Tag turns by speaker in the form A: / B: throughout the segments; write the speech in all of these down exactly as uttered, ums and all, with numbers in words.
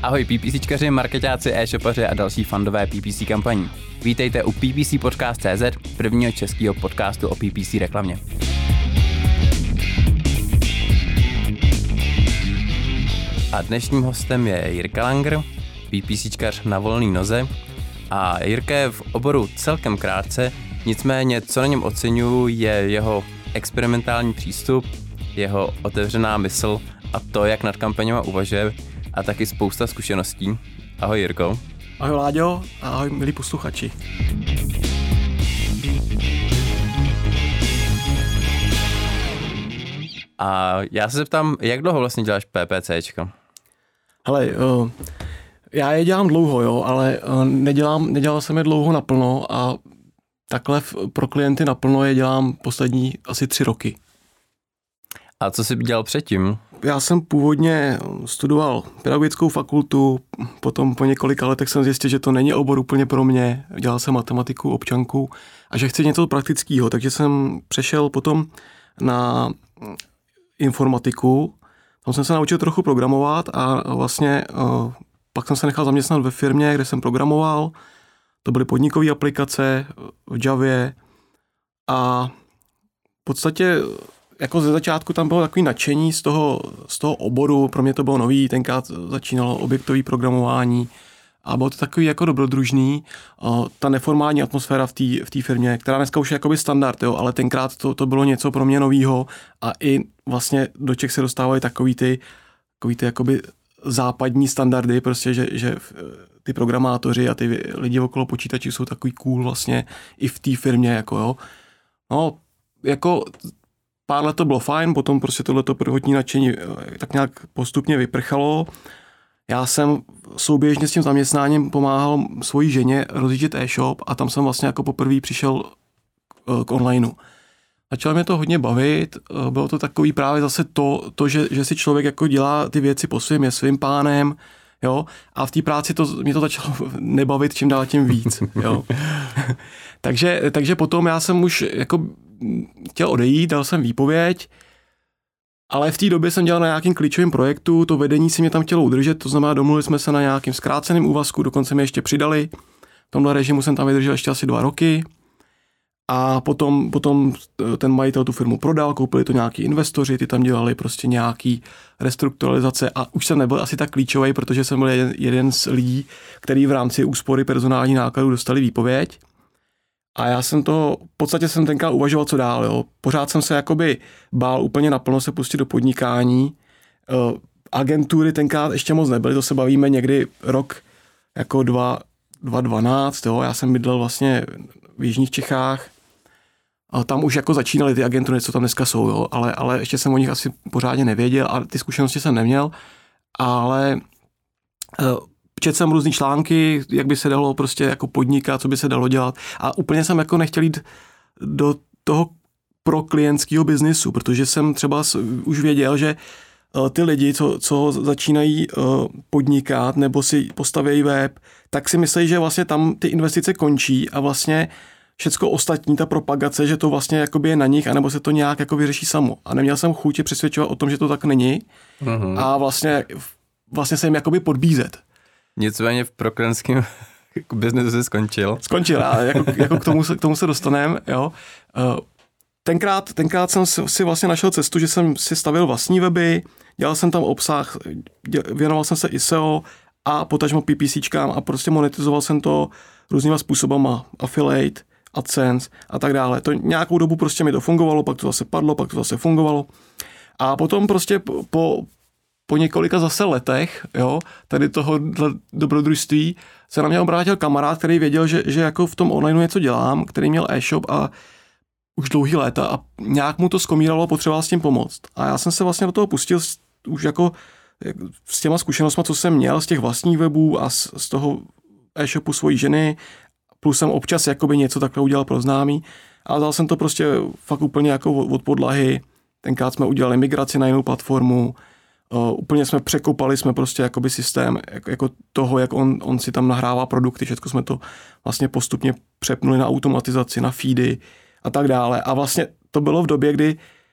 A: Ahoj PPCčkaři, marketáci, e-shopaři a další fandové P P C kampaní. Vítejte u P P C Podcast tečka cé zet, prvního českého podcastu o P P C reklamě. A dnešním hostem je Jirka Langer, PPCčkař na volný noze. A Jirka je v oboru celkem krátce, nicméně co na něm oceňuji je jeho experimentální přístup, jeho otevřená mysl a to, jak nad kampaněma uvažuje a taky spousta zkušeností. Ahoj Jirko.
B: Ahoj Láďo a ahoj milí posluchači.
A: A já se zeptám, jak dlouho vlastně děláš PPCčka?
B: Hele, uh, já je dělám dlouho, jo, ale uh, nedělám, nedělal jsem je dlouho naplno a takhle v, pro klienty naplno je dělám poslední asi tři roky.
A: A co jsi dělal předtím?
B: Já jsem původně studoval pedagogickou fakultu, potom po několika letech jsem zjistil, že to není obor úplně pro mě, dělal jsem matematiku, občanku a že chci něco praktického, takže jsem přešel potom na informatiku, tam jsem se naučil trochu programovat a vlastně uh, pak jsem se nechal zaměstnat ve firmě, kde jsem programoval, to byly podnikové aplikace v Javě a v podstatě jako ze začátku tam bylo takový nadšení z toho, z toho oboru, pro mě to bylo nový, tenkrát začínalo objektový programování a bylo to takový jako dobrodružný, uh, ta neformální atmosféra v té v té firmě, která dneska už je jakoby standard, jo, ale tenkrát to, to bylo něco pro mě novýho a i vlastně do Čech se dostávají takový ty, takový ty jakoby západní standardy, prostě, že, že ty programátoři a ty lidi okolo počítačů jsou takový cool vlastně i v té firmě, jako jo. No, jako pár let to bylo fajn, potom prostě tohleto prvotní nadšení tak nějak postupně vyprchalo. Já jsem souběžně s tím zaměstnáním pomáhal svojí ženě rozjíždět e-shop a tam jsem vlastně jako poprvé přišel k onlineu. Začalo mě to hodně bavit, bylo to takový právě zase to, to že, že si člověk jako dělá ty věci po svým, je svým pánem, jo, a v té práci to, mě to začalo nebavit čím dál tím víc, jo. takže, takže potom já jsem už jako chtěl odejít, dal jsem výpověď, ale v té době jsem dělal na nějakým klíčovém projektu, to vedení si mě tam chtělo udržet, to znamená domluvili jsme se na nějakým zkráceným úvazku, dokonce mě ještě přidali, v tomhle režimu jsem tam vydržel ještě asi dva roky a potom, potom ten majitel tu firmu prodal, koupili to nějaký investoři, ty tam dělali prostě nějaký restrukturalizace a už jsem nebyl asi tak klíčový, protože jsem byl jeden, jeden z lidí, který v rámci úspory personální nákladů dostali výpověď. A já jsem to, v podstatě jsem tenkrát uvažoval, co dál, jo. Pořád jsem se jakoby bál úplně naplno se pustit do podnikání. Agentury tenkrát ještě moc nebyly, to se bavíme někdy rok jako dva tisíce dvanáct, jo. Já jsem bydlel vlastně v jižních Čechách. A tam už jako začínaly ty agentury, co tam dneska jsou, jo. Ale, ale ještě jsem o nich asi pořádně nevěděl a ty zkušenosti jsem neměl. Ale četl jsem různý články, jak by se dalo prostě jako podnikat, co by se dalo dělat a úplně jsem jako nechtěl jít do toho pro klientského biznisu, protože jsem třeba už věděl, že ty lidi, co, co začínají podnikat nebo si postavějí web, tak si myslí, že vlastně tam ty investice končí a vlastně všecko ostatní, ta propagace, že to vlastně jakoby je na nich, anebo se to nějak jako vyřeší samo. A neměl jsem chuť přesvědčovat o tom, že to tak není mm-hmm. a vlastně, vlastně se jim jakoby podbízet.
A: Nicméně v proklenském biznesu se skončil.
B: Skončil, a jako, jako k, tomu se, k tomu se dostaneme, jo. Tenkrát, tenkrát jsem si vlastně našel cestu, že jsem si stavil vlastní weby, dělal jsem tam obsah, věnoval jsem se I S E O a potažmo PPCčkám a prostě monetizoval jsem to různýma způsobama, affiliate, AdSense a tak dále. To nějakou dobu prostě mi to fungovalo, pak to zase padlo, pak to zase fungovalo. A potom prostě po Po několika zase letech, jo, tady toho dobrodružství, se na mě obrátil kamarád, který věděl, že, že jako v tom onlineu něco dělám, který měl e-shop a už dlouhý léta a nějak mu to skomíralo a potřeboval s tím pomoct. A já jsem se vlastně do toho pustil už jako s těma zkušenostmi, co jsem měl z těch vlastních webů a z, z toho e-shopu svojí ženy, plus jsem občas jakoby něco takhle udělal pro známý a dal jsem to prostě fakt úplně jako od podlahy. Tenkrát jsme udělali migraci na jinou platformu, Uh, úplně jsme překopali jsme prostě jakoby systém jako, jako toho, jak on, on si tam nahrává produkty, všechno jsme to vlastně postupně přepnuli na automatizaci, na feedy a tak dále. A vlastně to bylo v době, kdy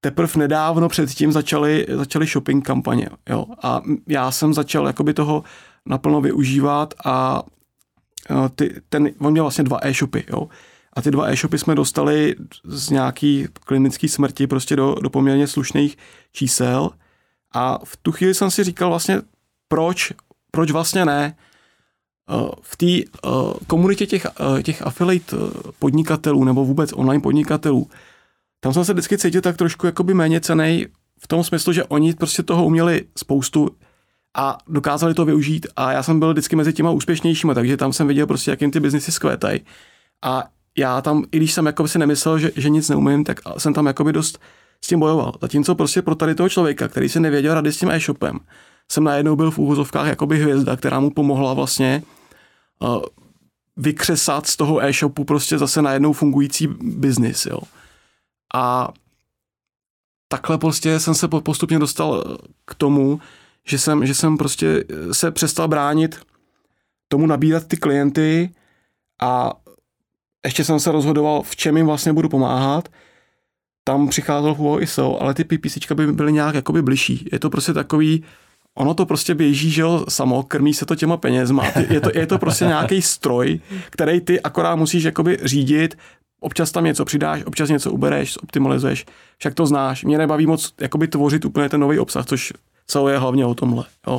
B: teprve nedávno předtím začaly, začaly shopping kampaně. Jo. A já jsem začal jakoby toho naplno využívat a ty, ten, on měl vlastně dva e-shopy. Jo. A ty dva e-shopy jsme dostali z nějaký klinické smrti prostě do, do poměrně slušných čísel. A v tu chvíli jsem si říkal vlastně, proč, proč vlastně ne. V té komunitě těch, těch affiliate podnikatelů nebo vůbec online podnikatelů, tam jsem se vždycky cítil tak trošku jakoby méně cennej v tom smyslu, že oni prostě toho uměli spoustu a dokázali to využít a já jsem byl vždycky mezi těma úspěšnějšíma, takže tam jsem viděl prostě, jak jim ty biznisy skvétají. A já tam, i když jsem jakoby si nemyslel, že, že nic neumím, tak jsem tam jakoby dost s tím bojoval. Zatímco prostě pro tady toho člověka, který si nevěděl rady s tím e-shopem, jsem najednou byl v úvozovkách jakoby hvězda, která mu pomohla vlastně uh, vykřesat z toho e-shopu prostě zase najednou fungující biznis, jo. A takhle prostě jsem se postupně dostal k tomu, že jsem, že jsem prostě se přestal bránit tomu nabírat ty klienty a ještě jsem se rozhodoval, v čem jim vlastně budu pomáhat. Tam přicházel v úvahu i S E O, ale ty PPCčka by byly nějak jakoby bližší. Je to prostě takový, ono to prostě běží, že jo, samo, krmí se to těma penězma. Je to, je to prostě nějaký stroj, který ty akorát musíš jakoby řídit. Občas tam něco přidáš, občas něco ubereš, optimalizuješ, však to znáš. Mě nebaví moc jakoby tvořit úplně ten nový obsah, což S E O je hlavně o tomhle. Jo.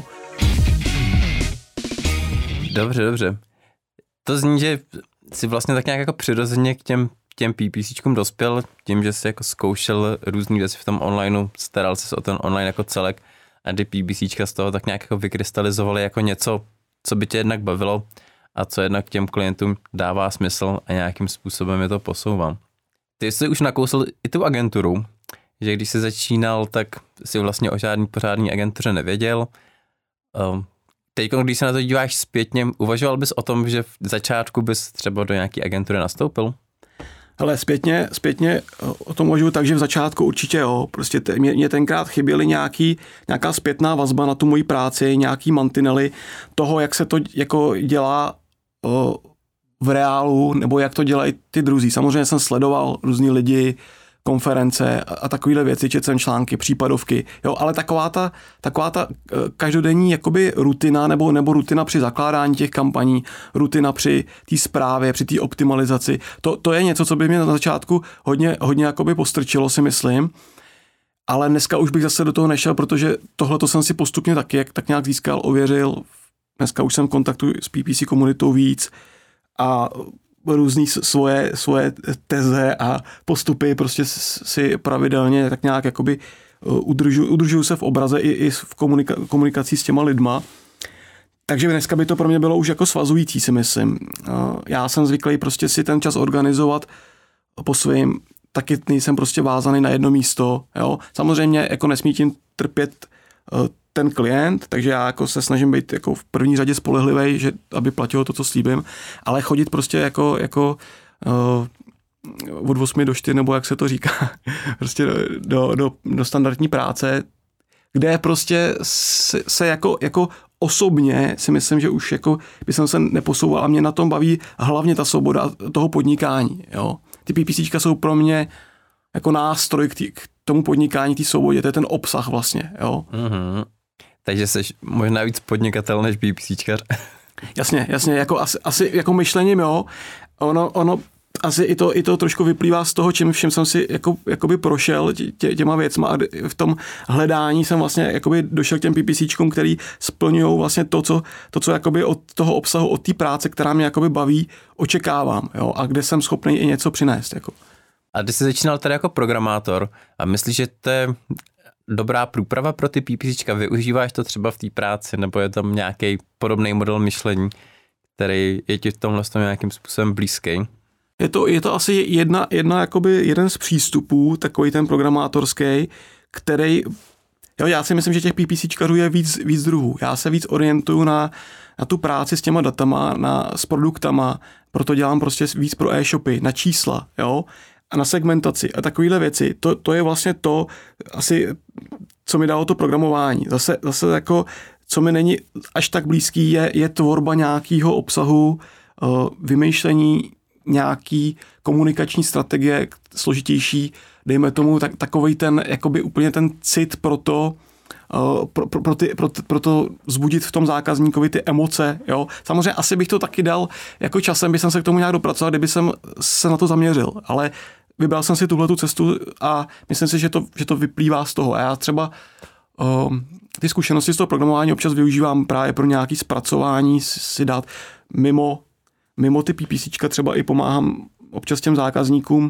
A: Dobře, dobře. To zní, že jsi vlastně tak nějak jako přirozeně k těm, těm PPCčkům dospěl, tím, že jsi jako zkoušel různý věci v tom onlineu, staral jsi o ten online jako celek a ty PPCčka z toho tak nějak jako vykrystalizovaly jako něco, co by tě jednak bavilo a co jednak těm klientům dává smysl a nějakým způsobem je to posouvám. Ty jsi už nakousl i tu agenturu, že když jsi začínal, tak si vlastně o žádný pořádný agentuře nevěděl. Teď, když se na to díváš zpětně, uvažoval bys o tom, že v začátku bys třeba do nějaké agentury nastoupil?
B: Hele, zpětně, zpětně o tom uvažuji tak, že v začátku určitě jo. Prostě te, mě, mě tenkrát chyběly nějaký, nějaká zpětná vazba na tu moji práci, nějaký mantinely toho, jak se to jako dělá o, v reálu, nebo jak to dělají ty druzí. Samozřejmě jsem sledoval různý lidi, konference a, a takovéhle věci, četl jsem články, případovky, jo, ale taková ta, taková ta každodenní jakoby rutina nebo, nebo rutina při zakládání těch kampaní, rutina při té správě, při té optimalizaci, to, to je něco, co by mě na začátku hodně, hodně jakoby postrčilo, si myslím, ale dneska už bych zase do toho nešel, protože tohle to jsem si postupně taky jak, tak nějak získal, ověřil, dneska už jsem v kontaktu s P P C komunitou víc a různý svoje, svoje teze a postupy prostě si pravidelně tak nějak jakoby udržuju, udržuju se v obraze i, i v komunika, komunikaci s těma lidma. Takže dneska by to pro mě bylo už jako svazující, si myslím. Já jsem zvyklý prostě si ten čas organizovat po svým, taky nejsem prostě vázaný na jedno místo. Jo? Samozřejmě jako nesmí tím trpět ten klient, takže já jako se snažím být jako v první řadě spolehlivý, že aby platilo to, co slíbím, ale chodit prostě jako, jako uh, od osmi do čtyř, nebo jak se to říká, prostě do, do, do standardní práce, kde prostě se, se jako, jako osobně si myslím, že už jako by jsem se neposouval a mě na tom baví hlavně ta svoboda toho podnikání. Jo. Ty PPCčka jsou pro mě jako nástroj k, tý, k tomu podnikání, té svobodě, to je ten obsah vlastně. Jo.
A: Mm-hmm. Takže jsi možná víc podnikatel než PPCčkař. Jasně,
B: jasně, jako asi, asi jako myšlením, jo. Ono, ono asi i to, i to trošku vyplývá z toho, čím všem jsem si jako, jakoby prošel tě, těma věcma a v tom hledání jsem vlastně jakoby došel k těm PPCčkům, který splňují vlastně to, co, to, co jakoby od toho obsahu, od té práce, která mě jakoby baví, očekávám, jo, a kde jsem schopný i něco přinést, jako.
A: A ty jsi začínal tady jako programátor a myslíš, že to je dobrá průprava pro ty PPCčka? Využíváš to třeba v té práci, nebo je tam nějaký podobný model myšlení, který je ti v tomhle nějakým způsobem blízký?
B: Je to, je to asi jedna, jedna jakoby jeden z přístupů, takový ten programátorský, který, jo, já si myslím, že těch PPCčkarů je víc, víc druhů. Já se víc orientuju na, na tu práci s těma datama, na, s produktama, proto dělám prostě víc pro e-shopy, na čísla, jo, a na segmentaci a takovéhle věci. To, to je vlastně to, asi, co mi dalo to programování. Zase, zase jako, co mi není až tak blízký, je, je tvorba nějakého obsahu, uh, vymýšlení nějaký komunikační strategie složitější, dejme tomu tak, takovej ten, jakoby úplně ten cit pro to, uh, pro, pro, pro, ty, pro, pro to vzbudit v tom zákazníkovi ty emoce, jo. Samozřejmě asi bych to taky dal, jako časem bych se k tomu nějak dopracoval, kdyby jsem se na to zaměřil, ale vybral jsem si tuhletu cestu a myslím si, že to, že to vyplývá z toho. A já třeba um, ty zkušenosti z toho programování občas využívám právě pro nějaké zpracování, si dát mimo, mimo ty PPCčka, třeba i pomáhám občas těm zákazníkům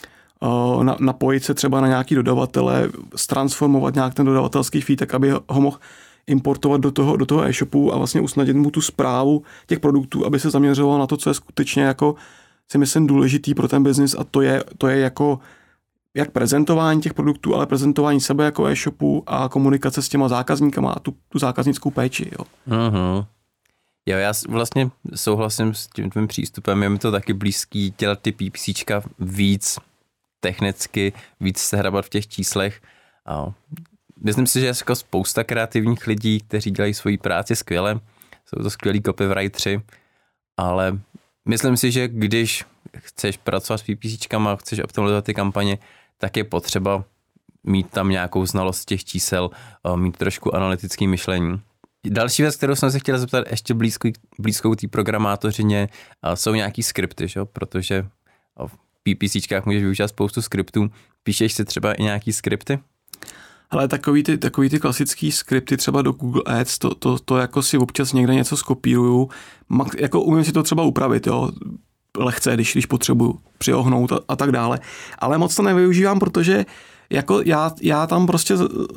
B: uh, na, napojit se třeba na nějaký dodavatele, ztransformovat nějak ten dodavatelský feed, tak aby ho mohl importovat do toho, do toho e-shopu a vlastně usnadnit mu tu správu těch produktů, aby se zaměřoval na to, co je skutečně jako si myslím důležitý pro ten biznis, a to je, to je jako jak prezentování těch produktů, ale prezentování sebe jako e-shopu a komunikace s těma zákazníkama a tu, tu zákaznickou péči. Jo.
A: Uh-huh. Jo, já vlastně souhlasím s tím tvým přístupem, je mi to taky blízký dělat ty PPCčka víc technicky, víc se hrabat v těch číslech. A myslím si, že je jako spousta kreativních lidí, kteří dělají svoji práci skvěle, jsou to skvělí copywriteri, ale myslím si, že když chceš pracovat s PPCčkama, chceš optimalizovat ty kampaně, tak je potřeba mít tam nějakou znalost těch čísel, mít trošku analytické myšlení. Další věc, kterou jsem se chtěl zeptat ještě blízko, blízkou té programátořině, jsou nějaký skripty, že? Protože v PPCčkách můžeš využít spoustu skriptů. Píšeš si třeba i nějaký skripty?
B: Ale takový ty, takový ty klasický skripty třeba do Google Ads, to, to, to jako si občas někde něco skopíruju, jako umím si to třeba upravit, jo, lehce, když, když potřebuju přiohnout a, a tak dále, ale moc to nevyužívám, protože jako já, já tam prostě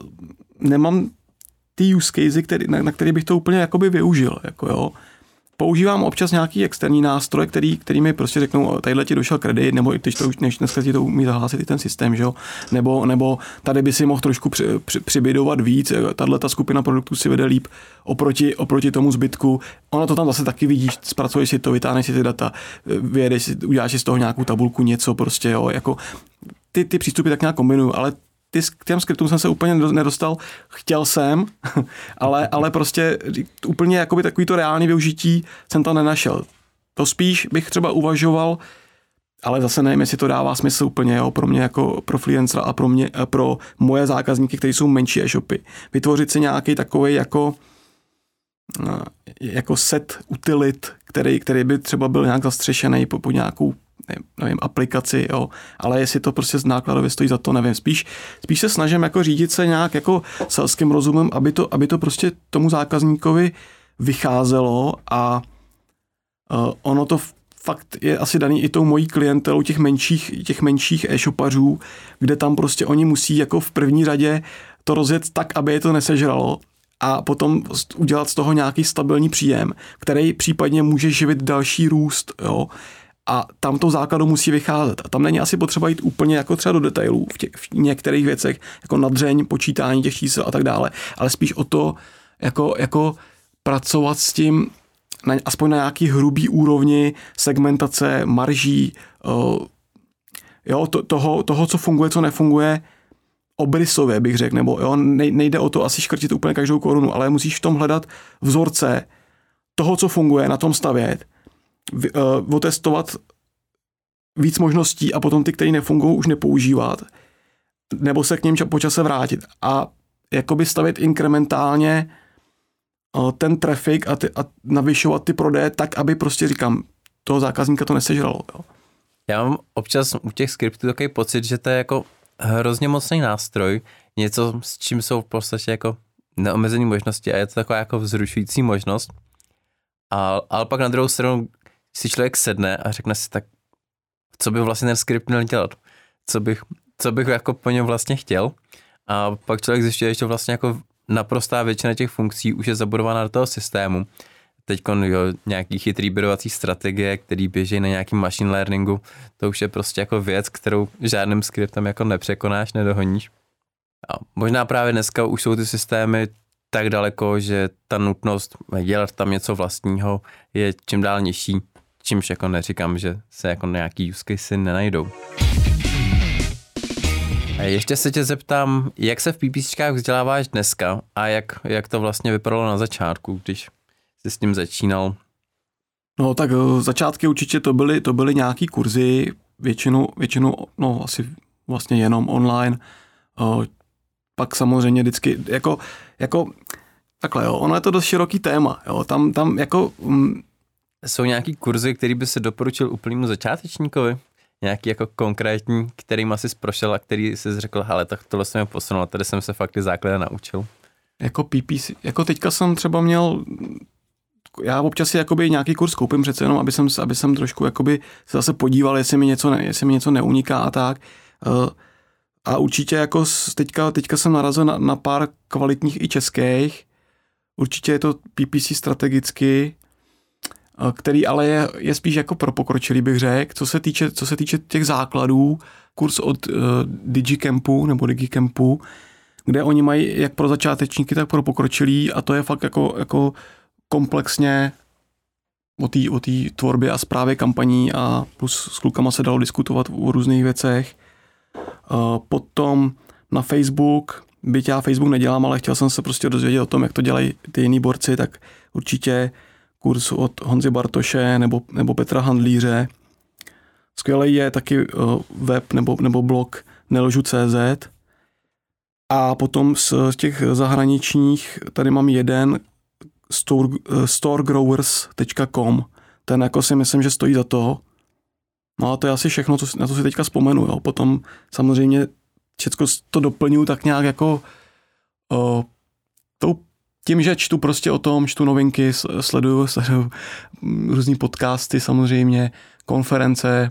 B: nemám ty use casey, který, na, na který bych to úplně jakoby využil, jako jo. Používám občas nějaký externí nástroj, který, který mi prostě řeknou, tadyhle ti došel kredit, nebo když to už než dneska ti to umí zahlásit i ten systém, že jo? Nebo, nebo tady by si mohl trošku při, při, přibydovat víc, tahle ta skupina produktů si vede líp oproti, oproti tomu zbytku. Ono to tam zase taky vidíš, zpracuješ si to, vytáhneš si ty data, vyjedeš si, uděláš si z toho nějakou tabulku, něco prostě, jo, jako ty, ty přístupy tak nějak kombinuju, ale ty, k těm skriptům jsem se úplně nedostal, chtěl jsem, ale, ale prostě úplně jakoby takový to reálný využití jsem tam nenašel. To spíš bych třeba uvažoval, ale zase nevím, jestli to dává smysl úplně, jo, pro mě jako pro freelancera a pro mě, pro moje zákazníky, kteří jsou menší e-shopy. Vytvořit si nějaký takový jako, jako set utilit, který, který by třeba byl nějak zastřešený po, po nějakou nevím, aplikaci, jo, ale jestli to prostě z nákladově stojí za to, nevím. Spíš, spíš se snažím jako řídit se nějak jako selským rozumem, aby to, aby to prostě tomu zákazníkovi vycházelo a uh, ono to fakt je asi daný i tou mojí klientelou těch menších, těch menších e-shopařů, kde tam prostě oni musí jako v první řadě to rozjet tak, aby je to nesežralo a potom udělat z toho nějaký stabilní příjem, který případně může živit další růst, jo. A tam to základu musí vycházet. A tam není asi potřeba jít úplně jako třeba do detailů v, těch, v některých věcech, jako nadřeň, počítání těch čísel a tak dále, ale spíš o to, jako, jako pracovat s tím, na, aspoň na nějaký hrubý úrovni segmentace, marží, uh, jo, to, toho, toho, co funguje, co nefunguje, obrysově bych řekl, nebo jo, nejde o to asi škrtit úplně každou korunu, ale musíš v tom hledat vzorce toho, co funguje, na tom stavět, uh, otestovat víc možností a potom ty, které nefungují, už nepoužívat, nebo se k něm po čase vrátit a jakoby stavět inkrementálně uh, ten trafik a, ty, a navyšovat ty prodeje tak, aby prostě říkám, toho zákazníka to nesežralo. Jo.
A: Já mám občas u těch skriptů takový pocit, že to je jako hrozně mocný nástroj, něco, s čím jsou v podstatě jako neomezené možnosti a je to taková jako vzrušující možnost. A, ale pak na druhou stranu si člověk sedne a řekne si tak, co by vlastně ten skript měl dělat, co bych, co bych jako po něm vlastně chtěl. A pak člověk zjišťuje, že vlastně jako naprostá většina těch funkcí už je zabudovaná do toho systému. Teďkon jo, nějaký chytrý budovací strategie, který běží na nějakým machine learningu, to už je prostě jako věc, kterou žádným skriptem jako nepřekonáš, nedohoníš. A možná právě dneska už jsou ty systémy tak daleko, že ta nutnost dělat tam něco vlastního je čím dál nižší, čímž jako neříkám, že se jako nějaký use case nenajdou. A ještě se tě zeptám, jak se v PPCčkách vzděláváš dneska a jak, jak to vlastně vypadalo na začátku, když jsi s tím začínal?
B: No tak začátky určitě to byly, to byly nějaký kurzy, většinu, většinu, no asi vlastně jenom online. Pak samozřejmě vždycky, jako, jako takhle jo, ono je to dost široký téma, jo, tam, tam jako... Mm,
A: Jsou nějaký kurzy, který by se doporučil úplnému začátečníkovi? Nějaký jako konkrétní, kterým asi prošel a který jsi řekl, hele, tak tohle jsem mě posunul, tady jsem se fakt ty základy naučil.
B: Jako P P C, jako teďka jsem třeba měl, já občas si jakoby nějaký kurz koupím přece jenom, aby jsem, aby jsem trošku jakoby se zase podíval, jestli mi něco, ne, jestli mi něco neuniká a tak. A určitě jako teďka, teďka jsem narazil na, na pár kvalitních i českých. Určitě je to P P C strategicky, který ale je, je spíš jako pro pokročilý, bych řekl. Co se týče, co se týče těch základů, kurz od uh, Digicampu nebo Digicampu, kde oni mají jak pro začátečníky, tak pro pokročilý a to je fakt jako, jako komplexně o té o té tvorbě a správě kampaní a plus s klukama se dalo diskutovat o různých věcech. Uh, potom na Facebook, byť já Facebook nedělám, ale chtěl jsem se prostě dozvědět o tom, jak to dělají ty jiný borci, tak určitě kurz od Honzy Bartoše nebo, nebo Petra Handlíře. Skvělý je taky uh, web nebo, nebo blog nelžu tečka cé zet. A potom z těch zahraničních tady mám jeden store, uh, storegrowers tečka com. Ten jako si myslím, že stojí za to. No a to je asi všechno, co, na to si teďka vzpomenu. Jo. Potom samozřejmě všechno to doplňuji tak nějak jako uh, tou tím, že čtu prostě o tom, čtu novinky, sleduju, sleduju různý podcasty samozřejmě, konference,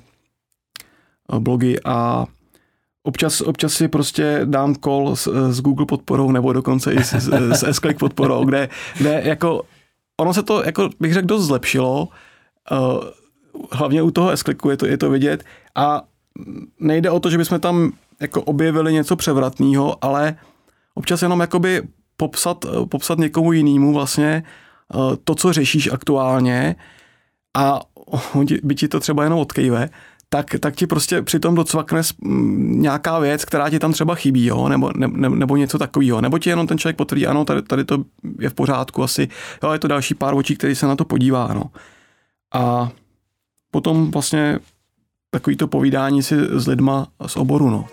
B: blogy a občas, občas si prostě dám call s, s Google podporou nebo dokonce i s, s S-Click podporou, kde, kde jako ono se to, jako bych řekl, dost zlepšilo. Hlavně u toho S-Clicku je to, je to vidět a nejde o to, že bychom tam jako objevili něco převratného, ale občas jenom jakoby popsat, popsat někomu jinému vlastně to, co řešíš aktuálně a by ti to třeba jenom odkejve, tak, tak ti prostě přitom docvakne nějaká věc, která ti tam třeba chybí, jo? Nebo, ne, nebo něco takového. Nebo ti jenom ten člověk potvrdí, ano, tady, tady to je v pořádku asi, jo, je to další pár očí, který se na to podívá. No. A potom vlastně takový to povídání si s lidma z oboru. No.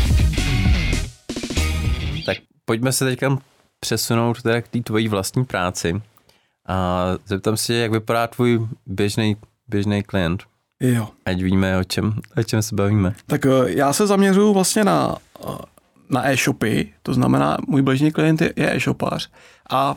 A: Tak pojďme se teďka přesunout teda k té tvojí vlastní práci a zeptám se, jak vypadá tvůj běžný, běžný klient.
B: Jo.
A: Ať víme, o čem, o čem se bavíme.
B: Tak já se zaměřuju vlastně na, na e-shopy, to znamená, můj běžný klient je, je e-shopař a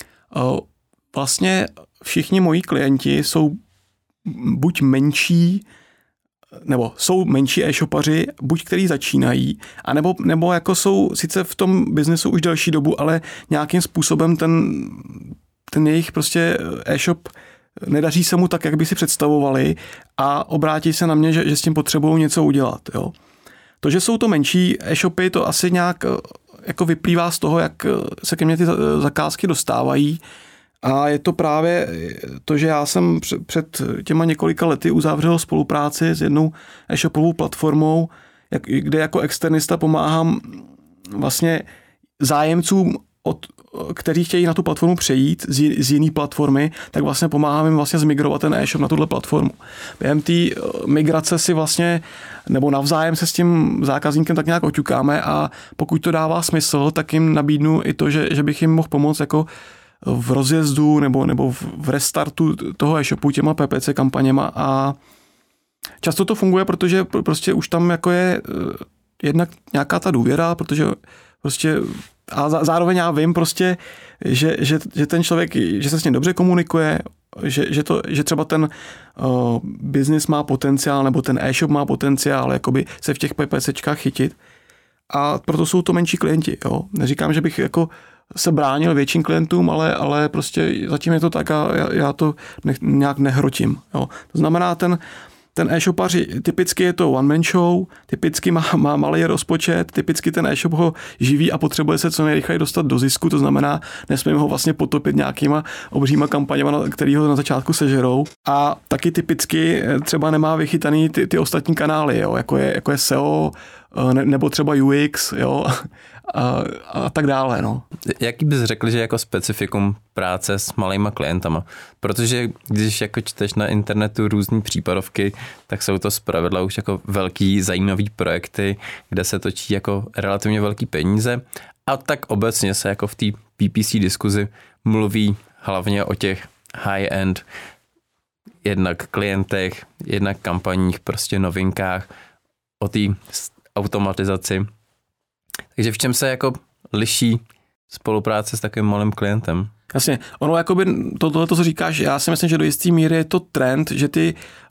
B: vlastně všichni moji klienti jsou buď menší, nebo jsou menší e-shopaři, buď který začínají, anebo, nebo jako jsou sice v tom biznesu už delší dobu, ale nějakým způsobem ten, ten jejich prostě e-shop nedaří se mu tak, jak by si představovali a obrátí se na mě, že, že s tím potřebují něco udělat. Jo. To, že jsou to menší e-shopy, to asi nějak jako vyplývá z toho, jak se ke mně ty zakázky dostávají. A je to právě to, že já jsem před těma několika lety uzavřel spolupráci s jednou e-shopovou platformou, kde jako externista pomáhám vlastně zájemcům, od, kteří chtějí na tu platformu přejít z, z jiné platformy, tak vlastně pomáhám jim vlastně zmigrovat ten e-shop na tuhle platformu. Během té migrace si vlastně, nebo navzájem se s tím zákazníkem tak nějak oťukáme a pokud to dává smysl, tak jim nabídnu i to, že, že bych jim mohl pomoct jako v rozjezdu nebo, nebo v restartu toho e-shopu těma P P C kampaněma a často to funguje, protože prostě už tam jako je jednak nějaká ta důvěra, protože prostě a zároveň já vím prostě, že, že, že ten člověk, že se s ním dobře komunikuje, že, že, to, že třeba ten uh, biznis má potenciál nebo ten e-shop má potenciál jakoby se v těch PPCčkách chytit a proto jsou to menší klienti. Jo. Neříkám, že bych jako se bránil větším klientům, ale, ale prostě zatím je to tak a já, já to ne, nějak nehrotím. Jo. To znamená, ten, ten e-shopař, typicky je to one man show, typicky má, má malý rozpočet, typicky ten e-shop ho živí a potřebuje se co nejrychleji dostat do zisku, to znamená, nesmím ho vlastně potopit nějakýma obříma kampaněma, který ho na začátku sežerou. A taky typicky třeba nemá vychytaný ty, ty ostatní kanály, jo, jako, je, jako je S E O, ne, nebo třeba U X, jo, a, a tak dále, no.
A: Jaký bys řekl, že jako specifikum práce s malýma klientama? Protože když jako čteš na internetu různý případovky, tak jsou to zpravidla už jako velký zajímavý projekty, kde se točí jako relativně velký peníze a tak obecně se jako v té P P C diskuzi mluví hlavně o těch high-end jednak klientech, jednak kampaních, prostě novinkách, o té automatizaci. Takže v čem se jako liší spolupráce s takovým malým klientem?
B: Jasně, ono jakoby tohle, to, co říkáš, já si myslím, že do jistý míry je to trend, že ty,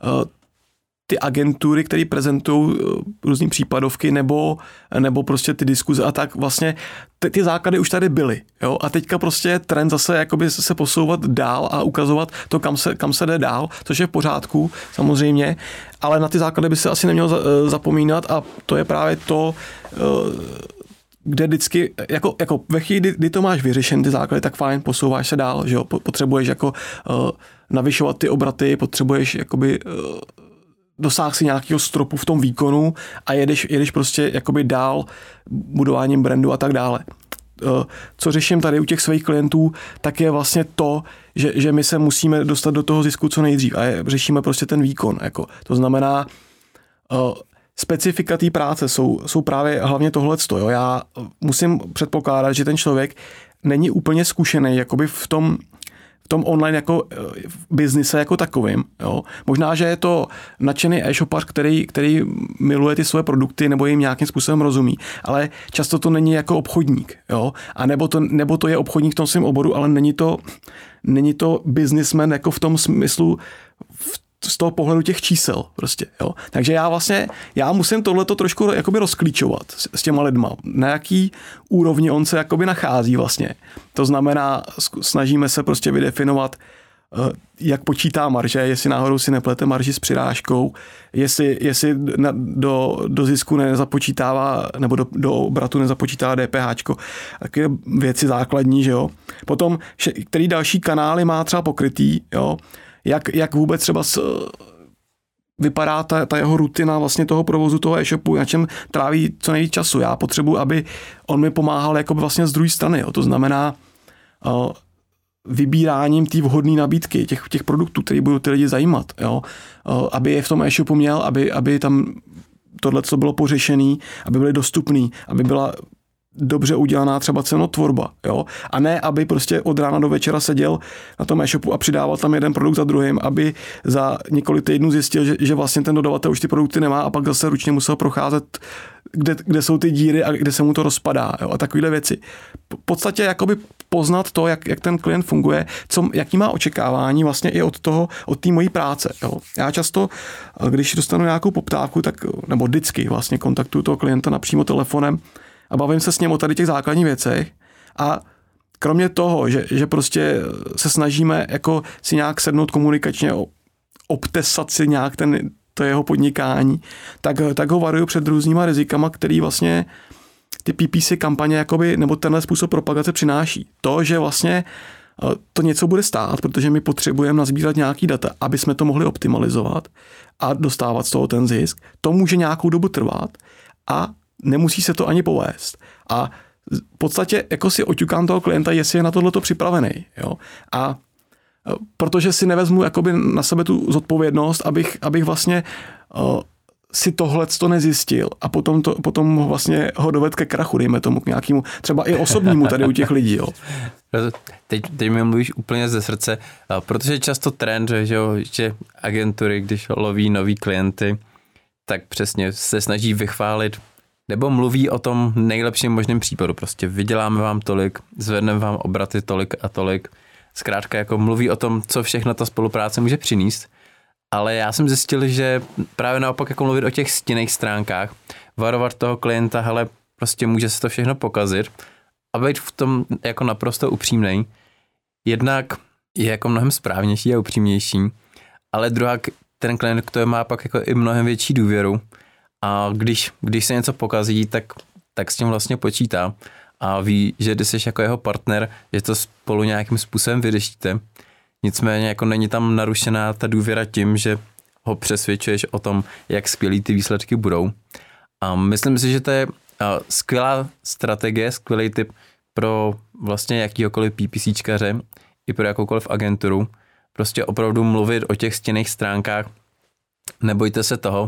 B: ty agentury, které prezentují různý případovky nebo, nebo prostě ty diskuze a tak vlastně ty, ty základy už tady byly. Jo? A teďka prostě je trend zase jakoby se posouvat dál a ukazovat to, kam se, kam se jde dál, což je v pořádku samozřejmě, ale na ty základy by se asi nemělo zapomínat a to je právě to, kde vždycky, jako, jako ve chvíli, kdy to máš vyřešen, ty základy, tak fajn, posouváš se dál, že jo, potřebuješ jako uh, navyšovat ty obraty, potřebuješ jakoby uh, dosáh si nějakého stropu v tom výkonu a jedeš, jedeš prostě jakoby dál budováním brandu a tak dále. Uh, co řeším tady u těch svých klientů, tak je vlastně to, že, že my se musíme dostat do toho zisku co nejdřív a je, řešíme prostě ten výkon, jako, to znamená uh, specifika té práce jsou, jsou právě hlavně tohleto. Jo. Já musím předpokládat, že ten člověk není úplně zkušený jakoby v tom, v tom online jako biznise jako takovým. Jo. Možná, že je to nadšený e-shopař, který, který miluje ty svoje produkty nebo jim nějakým způsobem rozumí, ale často to není jako obchodník. Jo. A nebo to, nebo to je obchodník v tom svém oboru, ale není to, není to businessman jako v tom smyslu v z toho pohledu těch čísel prostě, jo. Takže já vlastně, já musím tohleto trošku jakoby rozklíčovat s, s těma lidma, na jaký úrovni on se jakoby nachází vlastně. To znamená, snažíme se prostě vydefinovat, jak počítá marže, jestli náhodou si neplete marži s přirážkou, jestli, jestli na, do, do zisku nezapočítává, nebo do, do obratu nezapočítává DPHčko. Takové věci základní, že jo. Potom, který další kanály má třeba pokrytý, jo. Jak, jak vůbec třeba s, vypadá ta, ta jeho rutina vlastně toho provozu toho e-shopu, na čem tráví co nejvíc času. Já potřebuji, aby on mi pomáhal jako vlastně z druhé strany. Jo. To znamená uh, vybíráním té vhodné nabídky, těch, těch produktů, které budou ty lidi zajímat. Jo. Uh, aby je v tom e-shopu měl, aby, aby tam tohle, co bylo pořešený, aby byly dostupný, aby byla dobře udělaná třeba cenotvorba, jo, a ne, aby prostě od rána do večera seděl na tom e-shopu a přidával tam jeden produkt za druhým, aby za několik týdnů zjistil, že, že vlastně ten dodavatel už ty produkty nemá a pak zase ručně musel procházet, kde, kde jsou ty díry a kde se mu to rozpadá, jo, a takovéhle věci. V podstatě jakoby poznat to, jak, jak ten klient funguje, co, jaký má očekávání vlastně i od toho, od té mojí práce, jo. Já často, když dostanu nějakou poptávku, tak, nebo vždycky vlastně kontaktuju toho klienta napřímo telefonem a bavím se s ním o tady těch základních věcech a kromě toho, že, že prostě se snažíme jako si nějak sednout komunikačně, obtesat si nějak ten, to jeho podnikání, tak, tak ho varuju před různýma rizikama, který vlastně ty P P C kampaně jakoby, nebo tenhle způsob propagace přináší. To, že vlastně to něco bude stát, protože my potřebujeme nazbírat nějaký data, aby jsme to mohli optimalizovat a dostávat z toho ten zisk, to může nějakou dobu trvat a nemusí se to ani povést. A v podstatě jako si oťukám toho klienta, jestli je na tohleto připravený. Jo? A protože si nevezmu jakoby na sebe tu zodpovědnost, abych, abych vlastně uh, si tohleto nezjistil a potom, to, potom vlastně ho doved ke krachu, dejme tomu k nějakému, třeba i osobnímu tady u těch lidí. Jo.
A: Teď, teď mi mluvíš úplně ze srdce, protože často trend, že, jo, že agentury, když loví nový klienty, tak přesně se snaží vychválit nebo mluví o tom nejlepším možném případu. Prostě vyděláme vám tolik, zvedneme vám obraty tolik a tolik. Zkrátka jako mluví o tom, co všechno ta spolupráce může přinést. Ale já jsem zjistil, že právě naopak jako mluvit o těch stinných stránkách, varovat toho klienta, hele, prostě může se to všechno pokazit a být v tom jako naprosto upřímnej. Jednak je jako mnohem správnější a upřímnější, ale druhá, ten klient k tomu má pak jako i mnohem větší důvěru. A když, když se něco pokazí, tak, tak s tím vlastně počítá a ví, že ty jsi jako jeho partner, že to spolu nějakým způsobem vyřešíte. Nicméně jako není tam narušená ta důvěra tím, že ho přesvědčuješ o tom, jak skvělý ty výsledky budou. A myslím si, že to je skvělá strategie, skvělý tip pro vlastně jakýhokoliv PPCčkaře i pro jakoukoliv agenturu. Prostě opravdu mluvit o těch stinných stránkách. Nebojte se toho.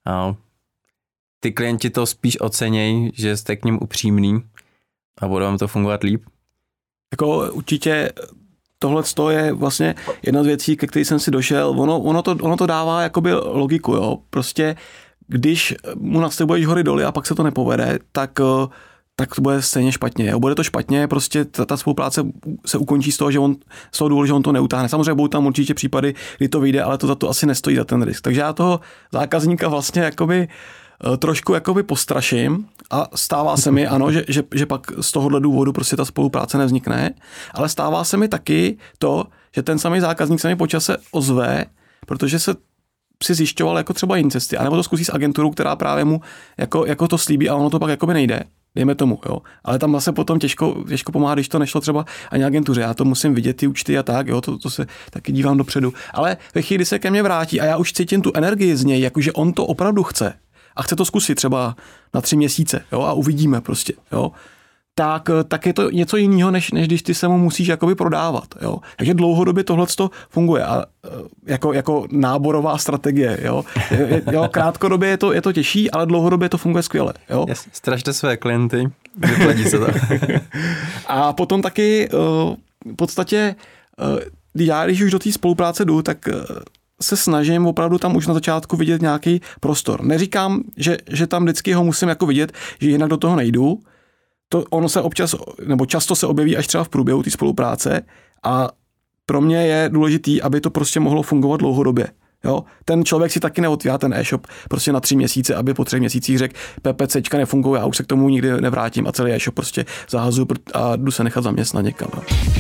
A: Ty klienti to spíš ocenějí, že jste k nim upřímný a bude vám to fungovat líp.
B: Jako určitě tohle je vlastně jedna z věcí, ke které jsem si došel. Ono, ono, to, ono to dává jakoby logiku, jo. Prostě když mu nastavuješ hory doly a pak se to nepovede, tak, tak to bude stejně špatně. Jo. Bude to špatně, prostě ta, ta spolupráce se ukončí z toho, že on, z toho důvodu, že on to neutáhne. Samozřejmě budou tam určitě případy, kdy to vyjde, ale to za to asi nestojí za ten risk. Takže já toho zákazníka vlastně jakoby trošku jakoby postraším a stává se mi, ano, že, že, že pak z tohohle důvodu prostě ta spolupráce nevznikne, ale stává se mi taky to, že ten samý zákazník se mi po čase ozve, protože se si zjišťoval jako třeba jiné cesty, anebo to zkusí s agenturou, která právě mu jako, jako to slíbí a ono to pak jakoby nejde. Dejme tomu, jo. Ale tam zase potom těžko, těžko pomáhá, když to nešlo třeba ani agentuře. Já to musím vidět, ty účty a tak, jo, to, to se taky dívám dopředu. Ale ve chvíli, kdy se ke mně vrátí a já už cítím tu energii z něj, jakože on to opravdu chce a chce to zkusit třeba na tři měsíce, jo, a uvidíme prostě, jo, tak, tak je to něco jiného, než, než když ty se mu musíš jakoby prodávat, jo. Takže dlouhodobě tohleto funguje a jako, jako náborová strategie, jo. jo krátkodobě je to, je to těžší, ale dlouhodobě to funguje skvěle, jo.
A: Yes, strašte své klienty, vyplatí se to.
B: A potom taky v podstatě, já když už do té spolupráce jdu, tak se snažím opravdu tam už na začátku vidět nějaký prostor. Neříkám, že, že tam vždycky ho musím jako vidět, že jinak do toho nejdu. To ono se občas, nebo často se objeví až třeba v průběhu té spolupráce a pro mě je důležitý, aby to prostě mohlo fungovat dlouhodobě. Jo? Ten člověk si taky neotvírá ten e-shop prostě na tři měsíce, aby po třech měsících řekl, PPCčka nefunguje, já už se k tomu nikdy nevrátím a celý e-shop prostě zahazuju a jdu se nechat zaměstnat někam.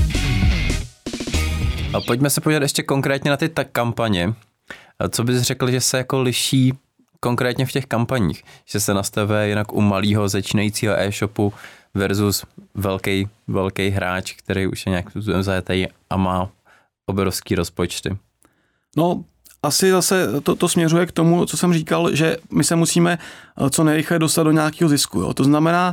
A: A pojďme se podívat ještě konkrétně na ty tak kampaně. Co bys řekl, že se jako liší konkrétně v těch kampaních? Že se nastavuje jinak u malého začínajícího e-shopu versus velký, velký hráč, který už je nějak zajetý a má obrovský rozpočty.
B: No, asi zase to, to směřuje k tomu, co jsem říkal, že my se musíme co nejrychleji dostat do nějakého zisku. Jo. To znamená,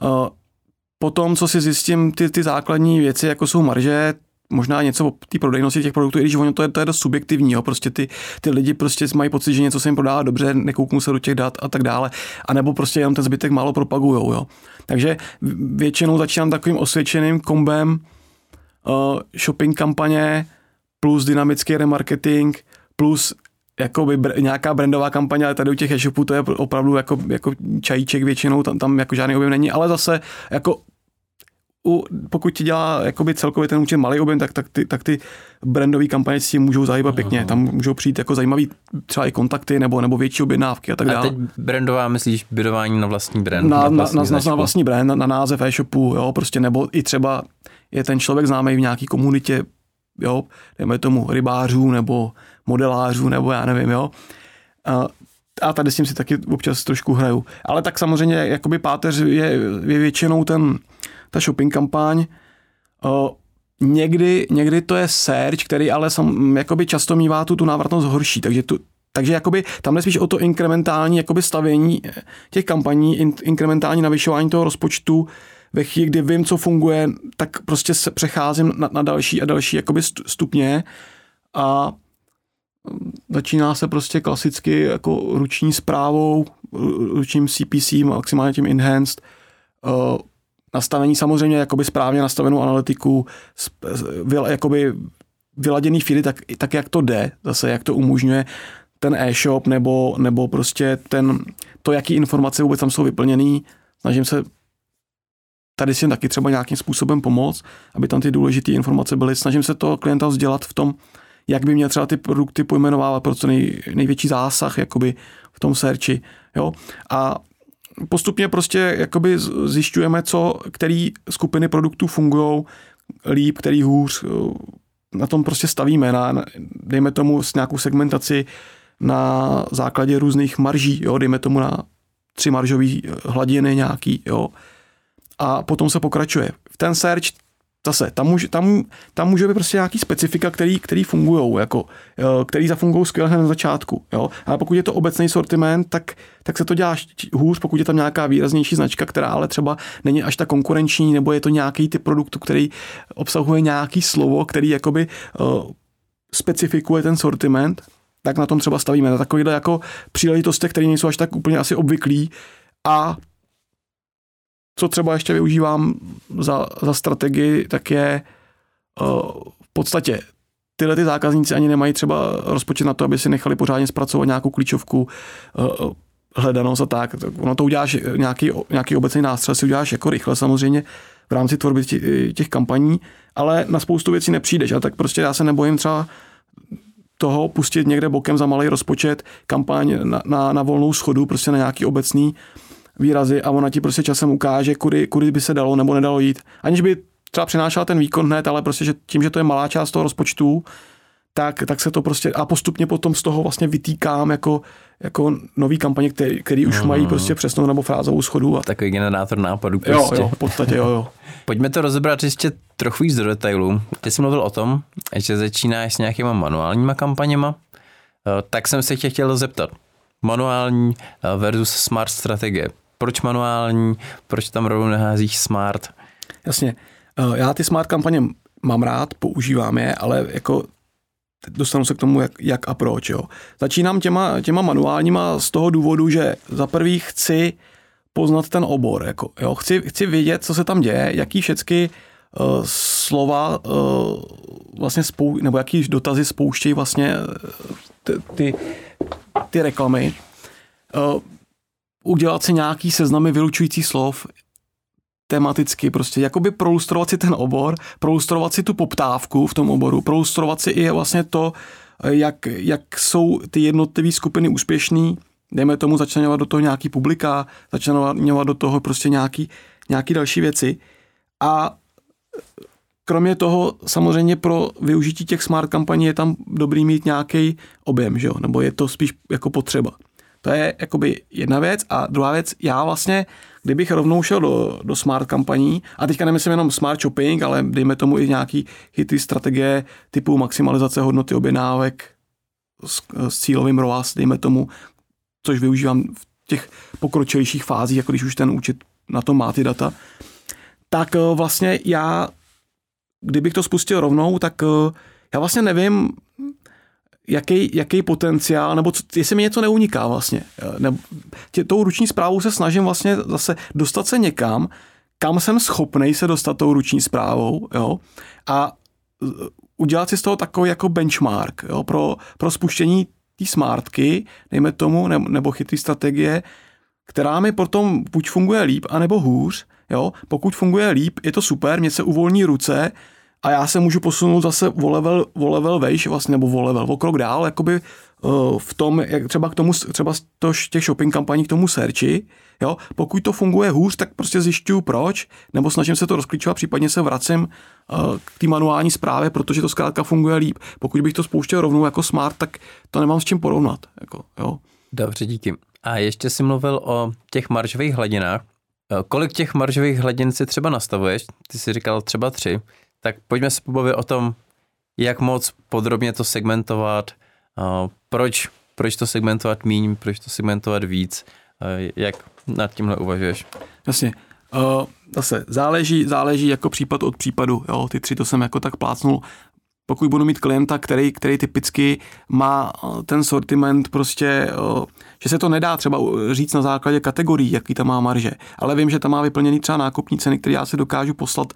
B: po tom, co si zjistím ty, ty základní věci, jako jsou marže, možná něco o té prodejnosti těch produktů, i když ono to je, to je dost subjektivní, jo. Prostě ty, ty lidi prostě mají pocit, že něco se jim prodává dobře, nekouknou se do těch dat a tak dále, anebo prostě jenom ten zbytek málo propagujou, jo. Takže většinou začínám takovým osvědčeným kombem uh, shopping kampaně plus dynamický remarketing plus jakoby br- nějaká brandová kampaně, ale tady u těch e-shopů to je opravdu jako, jako čajíček většinou, tam, tam jako žádný objem není, ale zase jako U, pokud ti dělá jakoby celkově ten účet malý objem, tak, tak ty, tak ty brandové kampaně s tím můžou zahýbat pěkně. Tam můžou přijít jako zajímavý třeba i kontakty nebo, nebo větší objednávky a tak dále.
A: A teď brandová myslíš bydování na vlastní brand?
B: Na, na, vlastní, na, na, na vlastní brand, na, na název e-shopu, jo, prostě nebo i třeba je ten člověk známý v nějaký komunitě, jo, dejme tomu rybářů nebo modelářů nebo já nevím, jo. A, a tady s tím si taky občas trošku hraju. Ale tak samozřejmě jakoby páteř je, je většinou ten ta shopping kampaň. O, někdy, někdy to je search, který ale sam, jakoby často mívá tu, tu návratnost horší, takže, tu, takže jakoby, tam je spíš o to inkrementální jakoby stavění těch kampaní, in, inkrementální navyšování toho rozpočtu. Ve chvíli, kdy vím, co funguje, tak prostě se přecházím na, na další a další jakoby stupně a začíná se prostě klasicky jako ruční správou, ručním C P C, maximálně tím enhanced, o, nastavení samozřejmě jakoby správně nastavenou analytiku, vyl, jakoby vyladěný feedy, tak, tak jak to jde, zase jak to umožňuje ten e-shop nebo, nebo prostě ten, to, jaký informace vůbec tam jsou vyplněný. Snažím se tady si taky třeba nějakým způsobem pomoct, aby tam ty důležité informace byly. Snažím se toho klienta vzdělat v tom, jak by měl třeba ty produkty pojmenovávat, pro co nej, největší zásah jakoby v tom searchi. Jo? A postupně prostě jakoby zjišťujeme, co, který skupiny produktů fungují líp, který hůř. Na tom prostě stavíme, na, dejme tomu s nějakou segmentaci na základě různých marží, jo, dejme tomu na tři maržové hladiny nějaký, jo. A potom se pokračuje. V ten search zase, tam může, tam, tam může být prostě nějaký specifika, který, který fungujou, jako, který zafungují skvěle na začátku. Jo? Ale pokud je to obecný sortiment, tak, tak se to dělá hůř, pokud je tam nějaká výraznější značka, která ale třeba není až tak konkurenční, nebo je to nějaký typ produktu, který obsahuje nějaký slovo, který jakoby uh, specifikuje ten sortiment, tak na tom třeba stavíme. Na takovýhle jako příležitosti, které nejsou až tak úplně asi obvyklý. A co třeba ještě využívám za, za strategii, tak je uh, v podstatě tyhle ty zákazníci ani nemají třeba rozpočet na to, aby si nechali pořádně zpracovat nějakou klíčovku, uh, hledanost a tak. Ono to uděláš nějaký, nějaký obecný nástřel, si uděláš jako rychle samozřejmě v rámci tvorby těch, těch kampaní, ale na spoustu věcí nepřijdeš. A tak prostě já se nebojím třeba toho pustit někde bokem za malý rozpočet kampaň na, na, na volnou schodu, prostě na nějaký obecný výrazy a ona ti prostě časem ukáže, kudy, kudy by se dalo nebo nedalo jít. Aniž by třeba přinášela ten výkon hned, ale prostě že tím, že to je malá část toho rozpočtu, tak, tak se to prostě a postupně potom z toho vlastně vytýkám jako, jako nový kampaně, který, který už no, mají prostě přesnou nebo frázovou schodu. A...
A: Takový generátor nápadů prostě.
B: Jo, jo, v podstatě jo, jo.
A: Pojďme to rozebrat ještě trochu víc do detailů. Ty jsi mluvil o tom, že začínáš s nějakýma manuálníma kampaněma, tak jsem se tě chtěl zeptat. Manuální versus smart strategie. Proč manuální, proč tam rovnou neházíš smart?
B: Jasně. Já ty smart kampaně mám rád, používám je, ale jako dostanu se k tomu, jak, jak a proč. Jo. Začínám těma, těma manuálníma z toho důvodu, že za prvý chci poznat ten obor. Jako, jo. Chci, chci vědět, co se tam děje, jaký všechny uh, slova uh, vlastně spou, nebo jaký dotazy spouštějí vlastně ty, ty, ty reklamy. Uh, udělat si nějaký seznamy vylučujících slov tematicky, prostě jakoby prolustrovat si ten obor, prolustrovat si tu poptávku v tom oboru, prolustrovat si i vlastně to, jak, jak jsou ty jednotlivé skupiny úspěšný, dejme tomu začlenovat do toho nějaký publika, začlenovat do toho prostě nějaký, nějaký další věci. A kromě toho samozřejmě pro využití těch smart kampaní je tam dobrý mít nějaký objem, že jo? Nebo je to spíš jako potřeba. To je jakoby jedna věc a druhá věc, já vlastně, kdybych rovnou šel do, do smart kampaní, a teďka nemyslím jenom smart shopping, ale dejme tomu i nějaký chytrý strategie typu maximalizace hodnoty objednávek s, s cílovým R O A S, dejme tomu, což využívám v těch pokročilejších fázích, jako když už ten účet na to má ty data, tak vlastně já, kdybych to spustil rovnou, tak já vlastně nevím, jaký, jaký potenciál, nebo co, jestli mi něco neuniká vlastně. Nebo tě, tou ruční zprávou se snažím vlastně zase dostat se někam, kam jsem schopnej se dostat tou ruční zprávou, jo, a udělat si z toho takový jako benchmark, jo, pro, pro spuštění té smartky, dejme tomu, nebo, nebo chytrý strategie, která mi potom buď funguje líp, anebo hůř, jo. Pokud funguje líp, je to super, mě se uvolní ruce, a já se můžu posunout zase o level, o level vejš, vlastně, nebo o level, o krok dál, jakoby uh, v tom, jak třeba k tomu, třeba z těch shopping kampaní k tomu searchi, jo, pokud to funguje hůř, tak prostě zjišťuju proč, nebo snažím se to rozklíčovat, případně se vracím uh, k té manuální zprávě, protože to zkrátka funguje líp. Pokud bych to spouštěl rovnou jako smart, tak to nemám s čím porovnat, jako, jo.
A: Dobře, díky. A ještě jsi mluvil o těch maržových hladinách. Kolik těch maržových hladin si třeba nastavuješ? Ty jsi říkal třeba tři. Tak pojďme se pobavit o tom, jak moc podrobně to segmentovat, proč, proč to segmentovat míň, proč to segmentovat víc, jak nad tímhle uvažuješ.
B: Jasně. Uh, zase záleží, záleží jako případ od případu. Jo? Ty tři to jsem jako tak plácnul. Pokud budu mít klienta, který, který typicky má ten sortiment prostě, že se to nedá třeba říct na základě kategorií, jaký tam má marže, ale vím, že tam má vyplněný třeba nákupní ceny, které já si dokážu poslat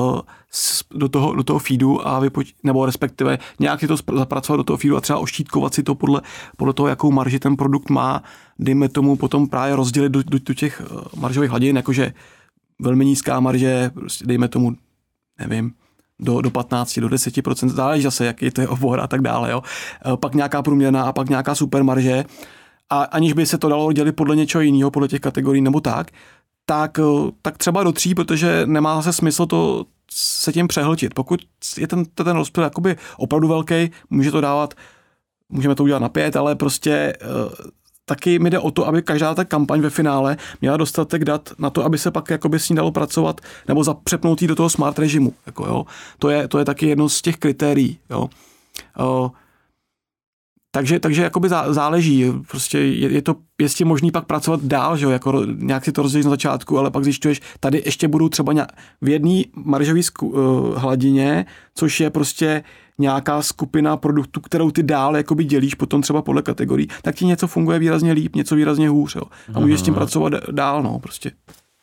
B: do toho, do toho feedu a vypoč- nebo respektive nějak si to zapracovat do toho feedu a třeba oštítkovat si to podle, podle toho, jakou marži ten produkt má, dejme tomu potom právě rozdělit do, do, do těch maržových hladin, jakože velmi nízká marže, dejme tomu, nevím, do, do patnáct, do deset procent, záleží zase, jaký to je obor a tak dále. Jo. Pak nějaká průměrná a pak nějaká supermarže. A aniž by se to dalo dělit podle něčeho jiného, podle těch kategorií nebo tak, tak, tak třeba do tří, protože nemá zase smysl to se tím přehltit. Pokud je ten, ten rozptyl jakoby opravdu velký, může to dávat, můžeme to udělat na pět, ale prostě taky mi jde o to, aby každá ta kampaň ve finále měla dostatek dat na to, aby se pak jakoby s ní dalo pracovat nebo zapřepnout jí do toho smart režimu. Jako, jo. To, je, to je taky jedno z těch kritérií. Jo. O, takže takže jakoby zá, záleží. Prostě je, je to jistě možný pak pracovat dál, že jo. Jako nějak si to rozdělíš na začátku, ale pak zjišťuješ, tady ještě budou třeba nějak v jedné maržové uh, hladině, což je prostě nějaká skupina produktů, kterou ty dál jakoby dělíš potom třeba podle kategorií, tak ti něco funguje výrazně líp, něco výrazně hůř. Jo. A můžeš s tím pracovat dál, no, prostě.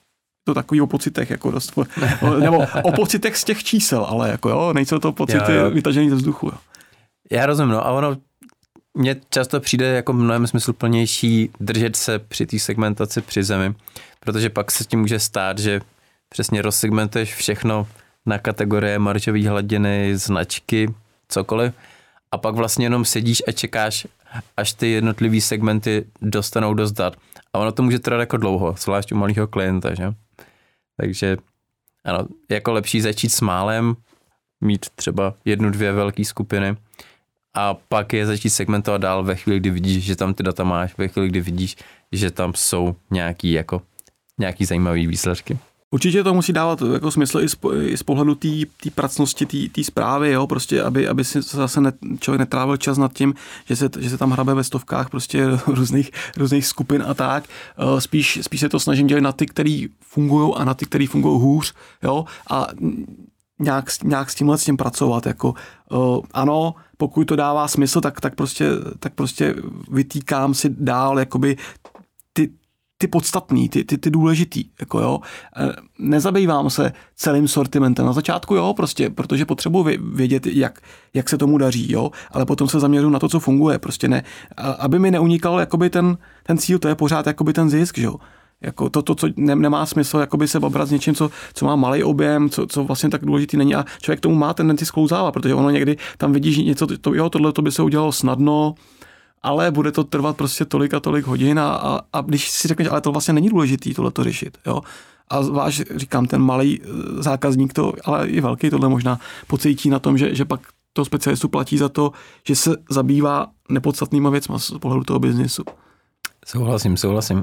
B: To takový o pocitech, jako dost, nebo o pocitech z těch čísel, ale jako jo, nejsou to pocity jo, jo. vytažený ze vzduchu. Jo.
A: Já rozumím, no a ono mně často přijde jako mnohem smysluplnější držet se při té segmentaci při zemi, protože pak se tím může stát, že přesně rozsegmentuješ všechno na kategorie maržové hladiny, značky, cokoliv a pak vlastně jenom sedíš a čekáš, až ty jednotlivý segmenty dostanou dost dat. A ono to může trvat jako dlouho, zvlášť u malého klienta, že? Takže ano, jako lepší začít s málem, mít třeba jednu, dvě velké skupiny a pak je začít segmentovat dál ve chvíli, kdy vidíš, že tam ty data máš, ve chvíli, kdy vidíš, že tam jsou nějaký jako nějaký zajímavý výsledky.
B: Určitě to musí dávat jako smysl i z, i z pohledu té pracnosti, té zprávy, jo, prostě, aby, aby si zase ne, člověk netrávil čas nad tím, že se, že se tam hrabe ve stovkách prostě různých, různých skupin a tak. Spíš, spíš se to snažím dělat na ty, který fungují a na ty, který fungují hůř, jo, a nějak, nějak s tímhle s tím pracovat, jako ano, pokud to dává smysl, tak, tak, prostě, tak prostě vytýkám si dál, jakoby ty ty podstatný, ty, ty, ty důležitý, jako jo. Nezabývám se celým sortimentem. Na začátku jo, prostě, protože potřebuji vědět, jak, jak se tomu daří, jo, ale potom se zaměřuji na to, co funguje, prostě ne. Aby mi neunikal jakoby ten, ten cíl, to je pořád jakoby ten zisk, jo. Jako to, to, co ne, nemá smysl jakoby se babrat s něčím, co, co má malý objem, co, co vlastně tak důležitý není a člověk tomu má tendenci sklouzávat, protože ono někdy tam vidíš něco, to, jo, tohle to by se udělalo snadno, ale bude to trvat prostě tolik a tolik hodin a, a, a když si řekneš, ale to vlastně není důležitý tohle to řešit, jo. A zvlášť říkám, ten malý zákazník to, ale i velký tohle možná pocítí na tom, že, že pak to specialistu platí za to, že se zabývá nepodstatnýma věcma z pohledu toho biznisu.
A: Souhlasím, souhlasím.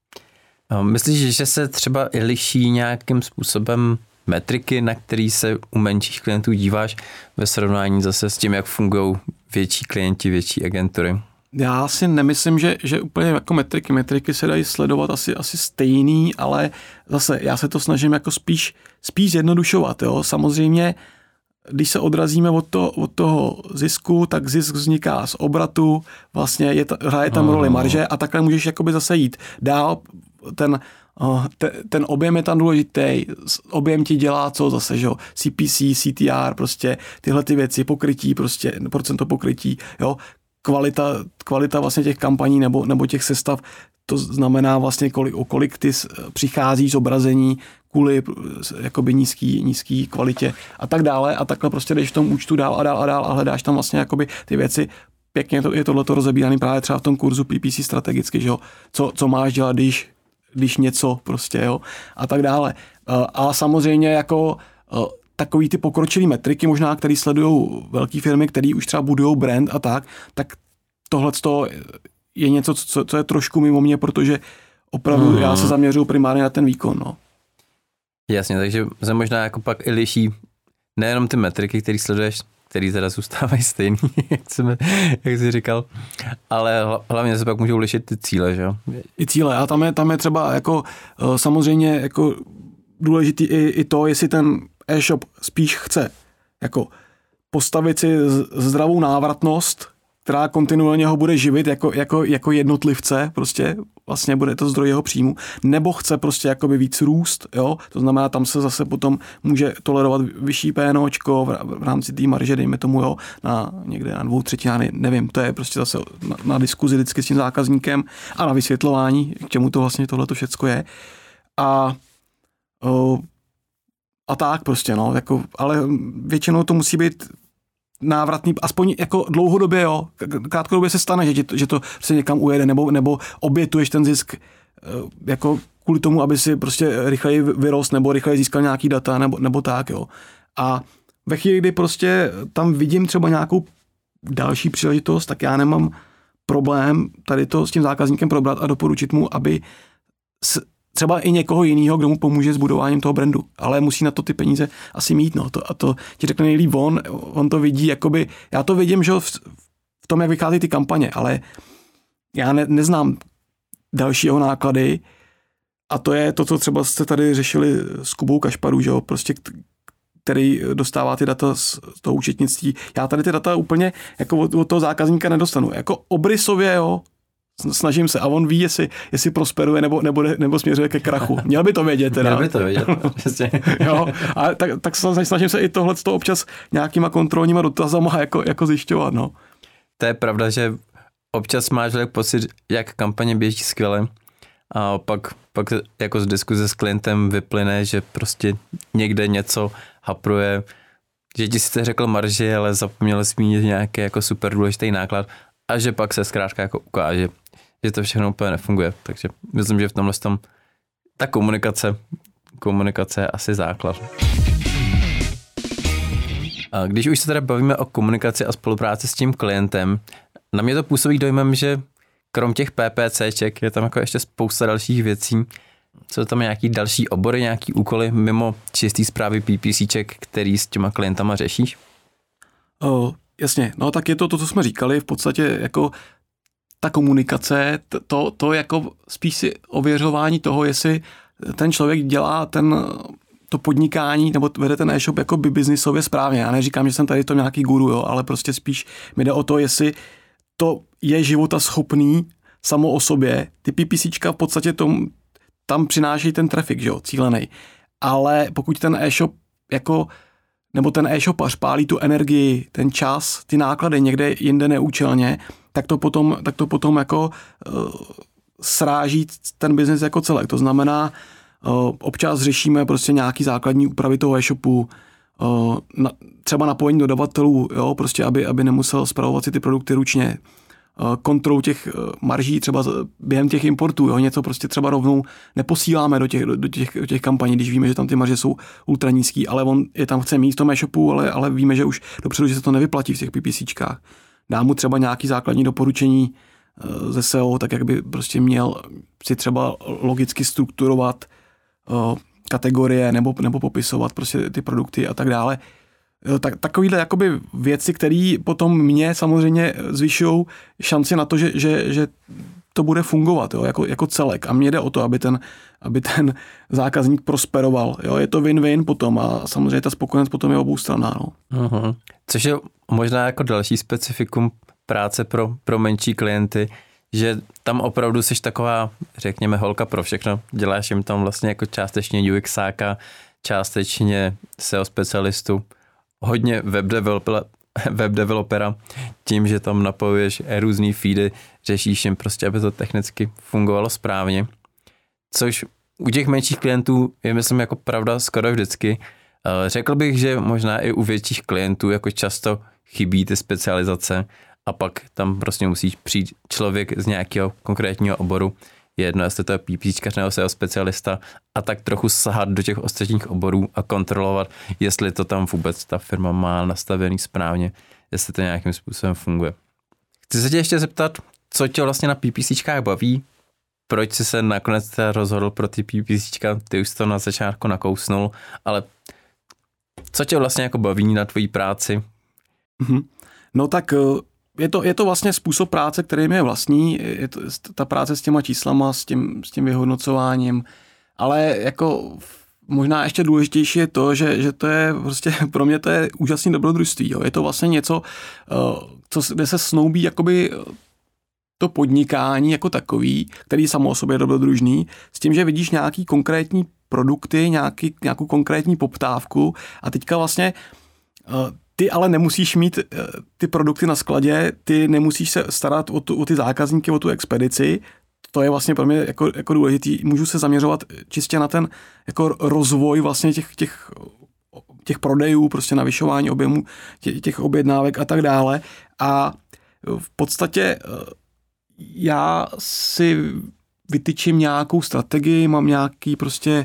A: Myslíš, že se třeba i liší nějakým způsobem metriky, na který se u menších klientů díváš ve srovnání zase s tím, jak fungují větší klienti, větší agentury?
B: Já si nemyslím, že, že úplně jako metriky. Metriky se dají sledovat asi, asi stejný, ale zase já se to snažím jako spíš, spíš zjednodušovat. Jo? Samozřejmě, když se odrazíme od, to, od toho zisku, tak zisk vzniká z obratu, vlastně je ta, hraje tam roli marže a takhle můžeš jakoby zase jít dál. Ten, ten, ten objem je tam důležitý, objem ti dělá co zase, že? C P C, C T R, prostě tyhle ty věci, pokrytí, prostě procento pokrytí, jo? Kvalita, kvalita vlastně těch kampaní nebo, nebo těch sestav, to znamená vlastně, kolik, o kolik ty přichází zobrazení kvůli jakoby nízký, nízký kvalitě a tak dále a takhle prostě jdeš v tom účtu dál a dál a dál a hledáš tam vlastně jakoby ty věci. Pěkně to, je tohleto rozebíraný právě třeba v tom kurzu P P C strategicky, že jo? Co, co máš dělat, když, když něco prostě, jo? A tak dále. A samozřejmě jako takový ty pokročilý metriky možná, který sledují velké firmy, které už třeba budují brand a tak, tak tohleto je něco, co, co je trošku mimo mě, protože opravdu hmm. já se zaměřuju primárně na ten výkon, no.
A: Jasně, takže se možná jako pak i liší nejenom ty metriky, které sleduješ, který teda zůstávají stejný, jak, jsme, jak jsi říkal, ale hlavně se pak můžou lišit ty cíle, že jo?
B: I cíle, a tam je, tam je třeba jako samozřejmě jako důležitý i, i to, jestli ten e-shop spíš chce jako postavit si zdravou návratnost, která kontinuálně ho bude živit jako, jako, jako jednotlivce, prostě vlastně bude to zdroj jeho příjmu, nebo chce prostě jakoby víc růst, jo, to znamená, tam se zase potom může tolerovat vyšší PNOčko v, v rámci té marže, dejme tomu, jo, na někde na dvou třetinách, nevím, to je prostě zase na, na diskuzi vždycky s tím zákazníkem a na vysvětlování, k čemu to vlastně tohleto všecko je. A o, a tak prostě, no, jako, ale většinou to musí být návratný, aspoň jako dlouhodobě, jo, krátkodobě se stane, že, že to se někam ujede, nebo, nebo obětuješ ten zisk jako kvůli tomu, aby si prostě rychleji vyrost, nebo rychleji získal nějaký data, nebo, nebo tak, jo. A ve chvíli, kdy prostě tam vidím třeba nějakou další příležitost, tak já nemám problém tady to s tím zákazníkem probrat a doporučit mu, aby s, třeba i někoho jiného, kdo mu pomůže s budováním toho brandu, ale musí na to ty peníze asi mít, no, to, a to ti řekne nejlíp on, on to vidí, jakoby, já to vidím, že v, v tom, jak vychází ty kampaně, ale já ne, neznám další jeho náklady a to je to, co třeba jste tady řešili s Kubou Kašparu, že jo, prostě který dostává ty data z toho účetnictví. Já tady ty data úplně jako od, od toho zákazníka nedostanu. Jako obrysově, jo, snažím se a on ví, jestli, jestli prosperuje nebo, nebo, nebo směřuje ke krachu. Měl by to vědět teda.
A: Měl by to vědět, přesně.
B: Jo, a tak, tak snažím se i tohle občas nějakýma kontrolníma dotazama jako, jako zjišťovat, no.
A: To je pravda, že občas máš pocit, jak kampaně běží skvěle a pak, pak jako z diskuze s klientem vyplyne, že prostě někde něco hapruje, že ti sice řekl marži, ale zapomněl zmínit nějaký jako super důležitý náklad a že pak se zkrátka jako ukáže, že to všechno úplně nefunguje. Takže myslím, že v tomhle tom ta komunikace, komunikace je asi základ. A když už se teda bavíme o komunikaci a spolupráci s tím klientem, na mě to působí dojmem, že krom těch PPCček je tam jako ještě spousta dalších věcí. Jsou tam nějaký další obory, nějaký úkoly mimo čistý správy PPCček, který s těma klientama řešíš?
B: O, jasně, no tak je to to, co jsme říkali, v podstatě jako ta komunikace, to, to jako spíš si ověřování toho, jestli ten člověk dělá ten, to podnikání nebo vede ten e-shop jako by biznisově správně. Já neříkám, že jsem tady to nějaký guru, jo, ale prostě spíš mi jde o to, jestli to je života schopný samo o sobě. Ty PPCčka v podstatě tom, tam přináší ten trafik, že jo, cílenej. Ale pokud ten e-shop jako, nebo ten e-shopař pálí tu energii, ten čas, ty náklady někde jinde neúčelně, tak to potom, tak to potom jako uh, sráží ten biznis jako celek. To znamená, uh, občas řešíme prostě nějaký základní úpravy toho e-shopu, uh, na, třeba napojení dodavatelů, jo, prostě aby, aby nemusel spravovat si ty produkty ručně, kontrolu těch marží třeba během těch importů, jo, něco prostě třeba rovnou neposíláme do těch, do těch, do těch kampaní, když víme, že tam ty marže jsou ultra nízký, ale on je tam chce mít v tom e-shopu, ale, ale víme, že už dopředu, že se to nevyplatí v těch PPCčkách. Dá mu třeba nějaký základní doporučení ze S E O, tak jak by prostě měl si třeba logicky strukturovat kategorie nebo, nebo popisovat prostě ty produkty a tak dále. Tak, takovýhle jakoby věci, které potom mě samozřejmě zvyšují šanci na to, že, že, že to bude fungovat, jo, jako, jako celek. A mně jde o to, aby ten, aby ten zákazník prosperoval. Jo. Je to win-win potom a samozřejmě ta spokojenost potom je oboustranná. No.
A: Uh-huh. Což je možná jako další specifikum práce pro, pro menší klienty, že tam opravdu jsi taková, řekněme, holka pro všechno. Děláš jim tam vlastně jako částečně U X áka, částečně S E O specialistu, hodně web, developera, web developera, tím, že tam napojuješ různý feedy, řešíš jim prostě, aby to technicky fungovalo správně. Což u těch menších klientů je, myslím, jako pravda skoro vždycky. Řekl bych, že možná i u větších klientů jako často chybí ty specializace a pak tam prostě musí přijít člověk z nějakého konkrétního oboru, je jedno, jestli to je PPCčkař nebo S E O specialista a tak trochu sahat do těch ostatních oborů a kontrolovat, jestli to tam vůbec ta firma má nastavený správně, jestli to nějakým způsobem funguje. Chci se tě ještě zeptat, co tě vlastně na PPCčkách baví, proč jsi se nakonec rozhodl pro ty PPCčka, ty už jsi to na začátku nakousnul, ale co tě vlastně jako baví na tvojí práci?
B: Mm-hmm. No tak je to, je to vlastně způsob práce, který mi je vlastní, je to, ta práce s těma číslama, s tím, s tím vyhodnocováním, ale jako možná ještě důležitější je to, že, že to je prostě pro mě to je úžasný dobrodružství. Jo. Je to vlastně něco, co, kde se snoubí jakoby to podnikání jako takový, který samo o sobě je dobrodružný, s tím, že vidíš nějaký konkrétní produkty, nějaký, nějakou konkrétní poptávku a teďka vlastně ty ale nemusíš mít ty produkty na skladě, ty nemusíš se starat o, tu, o ty zákazníky, o tu expedici, to je vlastně pro mě jako, jako důležitý. Můžu se zaměřovat čistě na ten jako rozvoj vlastně těch, těch, těch prodejů, prostě navyšování objemu těch, těch objednávek a tak dále. A v podstatě já si vytyčím nějakou strategii, mám nějaký prostě,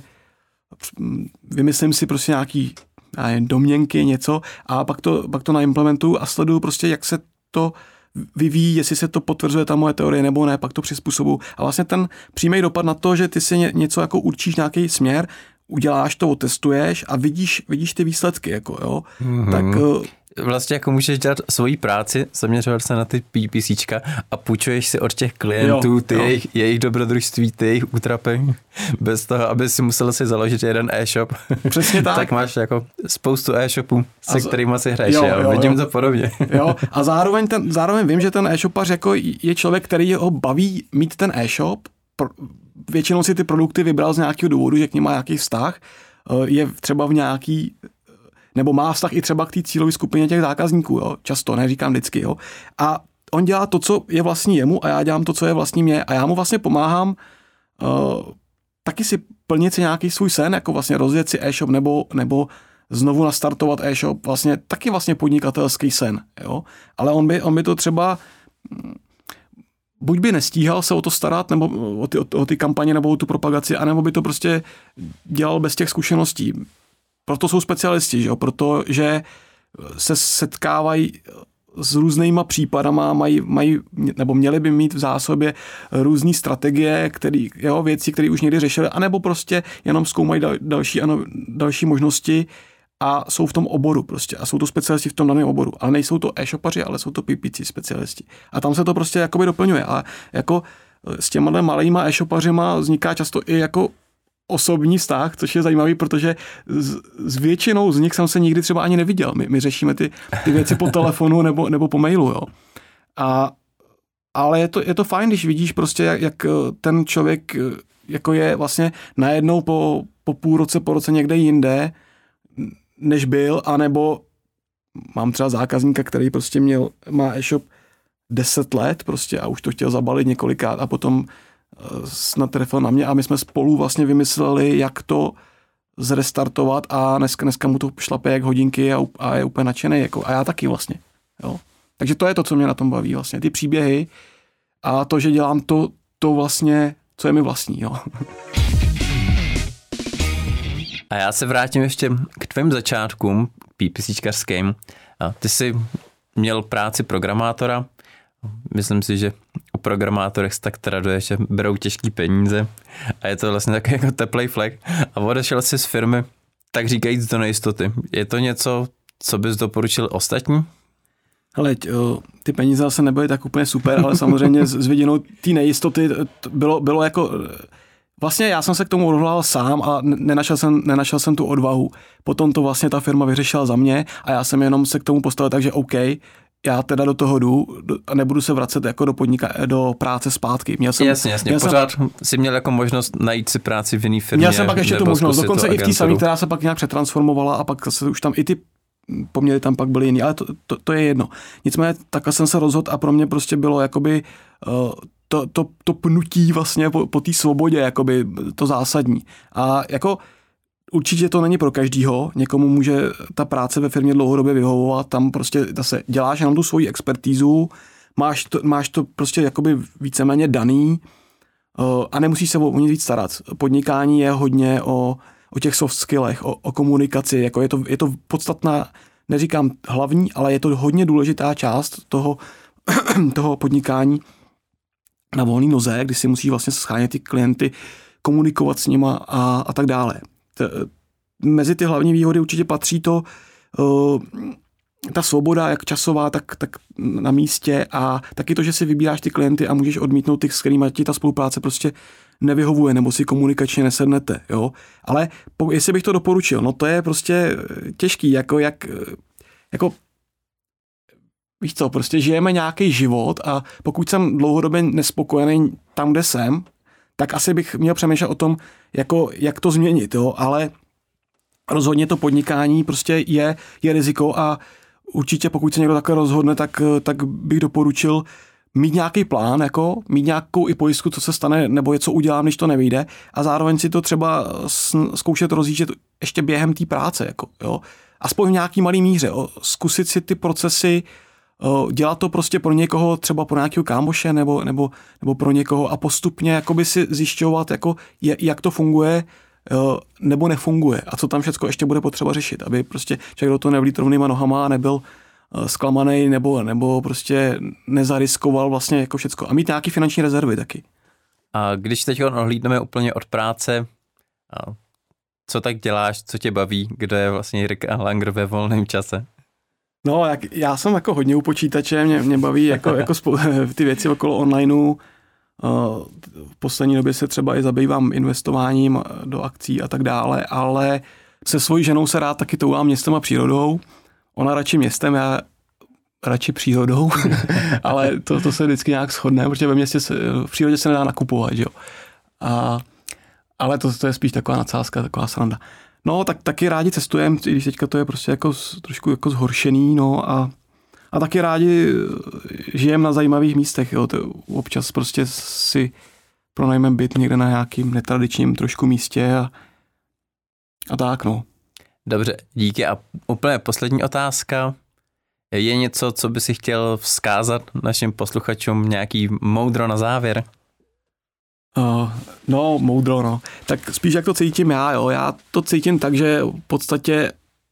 B: vymyslím si prostě nějaký domněnky, něco a pak to, pak to naimplementuju a sleduju prostě, jak se to vyvíjí, jestli se to potvrzuje ta moje teorie nebo ne, pak to přizpůsobuju. A vlastně ten přímý dopad na to, že ty si něco jako určíš nějaký směr, uděláš to, otestuješ a vidíš, vidíš ty výsledky, jako jo, mm-hmm. tak...
A: Vlastně jako můžeš dělat svoji práci, zaměřovat se na ty PPCčka a půjčuješ si od těch klientů jo, ty jo. Jejich, jejich dobrodružství, ty jejich útrapy, bez toho, aby si musel si založit jeden e-shop.
B: Přesně tak.
A: Tak máš jako spoustu e-shopů, se z... kterýma si hraješ,
B: jo,
A: jo,
B: jo,
A: vidím
B: jo.
A: to podobně.
B: Jo, a zároveň, ten, zároveň vím, že ten e-shopař jako je člověk, který ho baví mít ten e-shop, většinou si ty produkty vybral z nějakého důvodu, že k ním má nějaký vztah, je třeba v nějaký, nebo má vztah i třeba k té cílové skupině těch zákazníků, jo? Často, neříkám vždycky, jo. A on dělá to, co je vlastní jemu a já dělám to, co je vlastní mě a já mu vlastně pomáhám uh, taky si plnit si nějaký svůj sen, jako vlastně rozjet si e-shop nebo, nebo znovu nastartovat e-shop, vlastně taky vlastně podnikatelský sen, jo. Ale on by, on by to třeba buď by nestíhal se o to starat, nebo o ty, o ty kampaně, nebo o tu propagaci, anebo by to prostě dělal bez těch zkušeností. Proto jsou specialisti, že jo? Protože se setkávají s různýma případama, mají, mají, nebo měli by mít v zásobě různé strategie, který, jo, věci, které už někdy řešili, anebo prostě jenom zkoumají dal, další, ano, další možnosti a jsou v tom oboru prostě a jsou to specialisti v tom daném oboru. Ale nejsou to e-shopaři, ale jsou to P P C specialisti. A tam se to prostě jakoby doplňuje. A jako s těma malýma e-shopařima vzniká často i jako osobní vztah, což je zajímavý, protože s, s většinou z nich jsem se nikdy třeba ani neviděl. My, my řešíme ty, ty věci po telefonu nebo, nebo po mailu, jo. A, ale je to, je to fajn, když vidíš prostě, jak, jak ten člověk jako je vlastně najednou po, po půl roce, po roce někde jinde, než byl, anebo mám třeba zákazníka, který prostě měl, má e-shop deset let prostě a už to chtěl zabalit několikrát a potom snad trefil na mě a my jsme spolu vlastně vymysleli, jak to zrestartovat a dneska, dneska mu to šlape jak hodinky a, a je úplně nadšený, jako, a já taky vlastně. Jo. Takže to je to, co mě na tom baví vlastně, ty příběhy a to, že dělám to, to vlastně, co je mi vlastní. Jo.
A: A já se vrátím ještě k tvým začátkům PPCčkařským. Ty jsi měl práci programátora. Myslím si, že o programátorech se tak traduje, že berou těžký peníze a je to vlastně takový jako teplej flek. A odešel jsi z firmy, tak říkajíc do nejistoty. Je to něco, co bys doporučil ostatní?
B: Hele, ty peníze zase nebyly tak úplně super, ale samozřejmě s vidinou té nejistoty bylo, bylo jako... Vlastně já jsem se k tomu odhodlal sám a nenašel jsem, nenašel jsem tu odvahu. Potom to vlastně ta firma vyřešila za mě a já jsem jenom se k tomu postavil, takže OK, já teda do toho jdu a nebudu se vracet jako do podnika, do práce zpátky. Měl jsem,
A: jasně, jasně,
B: měl
A: pořád
B: jsem,
A: jsi měl jako možnost najít si práci v jiný firmě.
B: Měl jsem pak ještě tu možnost, dokonce i v té samé, která se pak nějak přetransformovala a pak se už tam i ty poměry tam pak byly jiný, ale to, to, to je jedno. Nicméně takhle jsem se rozhodl a pro mě prostě bylo jakoby uh, to, to, to pnutí vlastně po, po té svobodě, jakoby to zásadní. A jako určitě to není pro každýho, někomu může ta práce ve firmě dlouhodobě vyhovovat, tam prostě zase děláš jenom tu svoji expertízu, máš to, máš to prostě jakoby víceméně daný uh, a nemusíš se o nic víc starat. Podnikání je hodně o, o těch soft skillech, o, o komunikaci, jako je to, je to podstatná, neříkám hlavní, ale je to hodně důležitá část toho, toho podnikání na volný noze, kdy si musíš vlastně schánět ty klienty, komunikovat s nima a, a tak dále. T, mezi ty hlavní výhody určitě patří to, uh, ta svoboda, jak časová, tak, tak na místě a taky to, že si vybíráš ty klienty a můžeš odmítnout ty, s kterými ti ta spolupráce prostě nevyhovuje, nebo si komunikačně nesednete, jo. Ale po, jestli bych to doporučil, no to je prostě těžký, jako jak, jako víš co, prostě žijeme nějaký život a pokud jsem dlouhodobě nespokojený tam, kde jsem, tak asi bych měl přemýšlet o tom, jako, jak to změnit, jo, ale rozhodně to podnikání prostě je, je riziko a určitě pokud se někdo takhle rozhodne, tak, tak bych doporučil mít nějaký plán, jako mít nějakou i pojistku, co se stane, nebo je co udělám, když to nevyjde a zároveň si to třeba zkoušet rozjíždět ještě během té práce, jako, jo, aspoň v nějaký malý míře, jo, zkusit si ty procesy, dělat to prostě pro někoho, třeba pro nějakého kámoše nebo, nebo, nebo pro někoho a postupně jakoby si zjišťovat, jako, jak to funguje nebo nefunguje a co tam všechno ještě bude potřeba řešit, aby prostě člověk do toho nevlít rovnýma nohama a nebyl, zklamaný nebo, nebo prostě nezariskoval vlastně jako všecko. A mít nějaký finanční rezervy taky.
A: A když teď ohlídneme úplně od práce, co tak děláš, co tě baví, kdo je vlastně Jirka Langer ve volném čase?
B: No, jak, já jsem jako hodně u počítače, mě, mě baví jako, jako spou- ty věci okolo onlineu. V poslední době se třeba i zabývám investováním do akcí a tak dále, ale se svojí ženou se rád taky toulám městem a přírodou. Ona radši městem, já radši přírodou, ale to, to se vždycky nějak shodne, protože ve městě se, v přírodě se nedá nakupovat, že jo. A, ale to, to je spíš taková nadsázka, taková sranda. No, tak taky rádi cestujeme, i když teďka to je prostě jako trošku jako zhoršený, no a, a taky rádi žijeme na zajímavých místech, jo. To občas prostě si pronajmeme byt někde na nějakým netradičním trošku místě a, a tak, no.
A: Dobře, díky. A úplně poslední otázka. Je něco, co by si chtěl vzkázat našim posluchačům, nějaký moudro na závěr?
B: Uh, no, moudro, no. Tak spíš jak to cítím já, jo. Já to cítím tak, že v podstatě,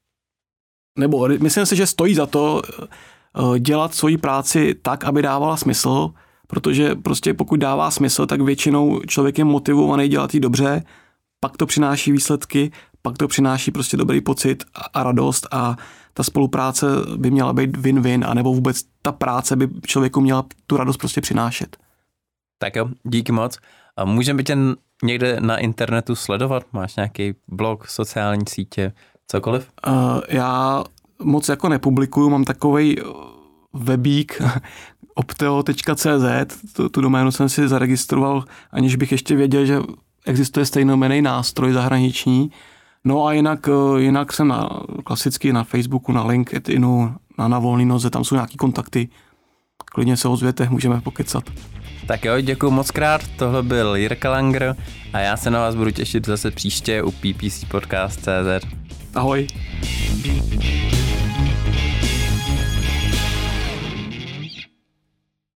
B: nebo myslím si, že stojí za to uh, dělat svoji práci tak, aby dávala smysl, protože prostě pokud dává smysl, tak většinou člověk je motivovaný dělat ji dobře, pak to přináší výsledky, pak to přináší prostě dobrý pocit a, a radost a ta spolupráce by měla být win-win, anebo vůbec ta práce by člověku měla tu radost prostě přinášet.
A: Tak jo, díky moc. A můžeme tě někde na internetu sledovat? Máš nějaký blog, sociální sítě, cokoliv?
B: Uh, já moc jako nepublikuju, mám takovej webík opteo tečka cé zet, tu, tu doménu jsem si zaregistroval, aniž bych ještě věděl, že existuje stejnojmenný nástroj zahraniční. No a jinak, jinak jsem na, klasicky na Facebooku, na LinkedInu, na, na volný noze, tam jsou nějaký kontakty. Klidně se ozvěte, můžeme pokecat.
A: Tak jo, děkuji moc krát, tohle byl Jirka Langer a já se na vás budu těšit zase příště u P P C Podcast tečka cé zet.
B: Ahoj.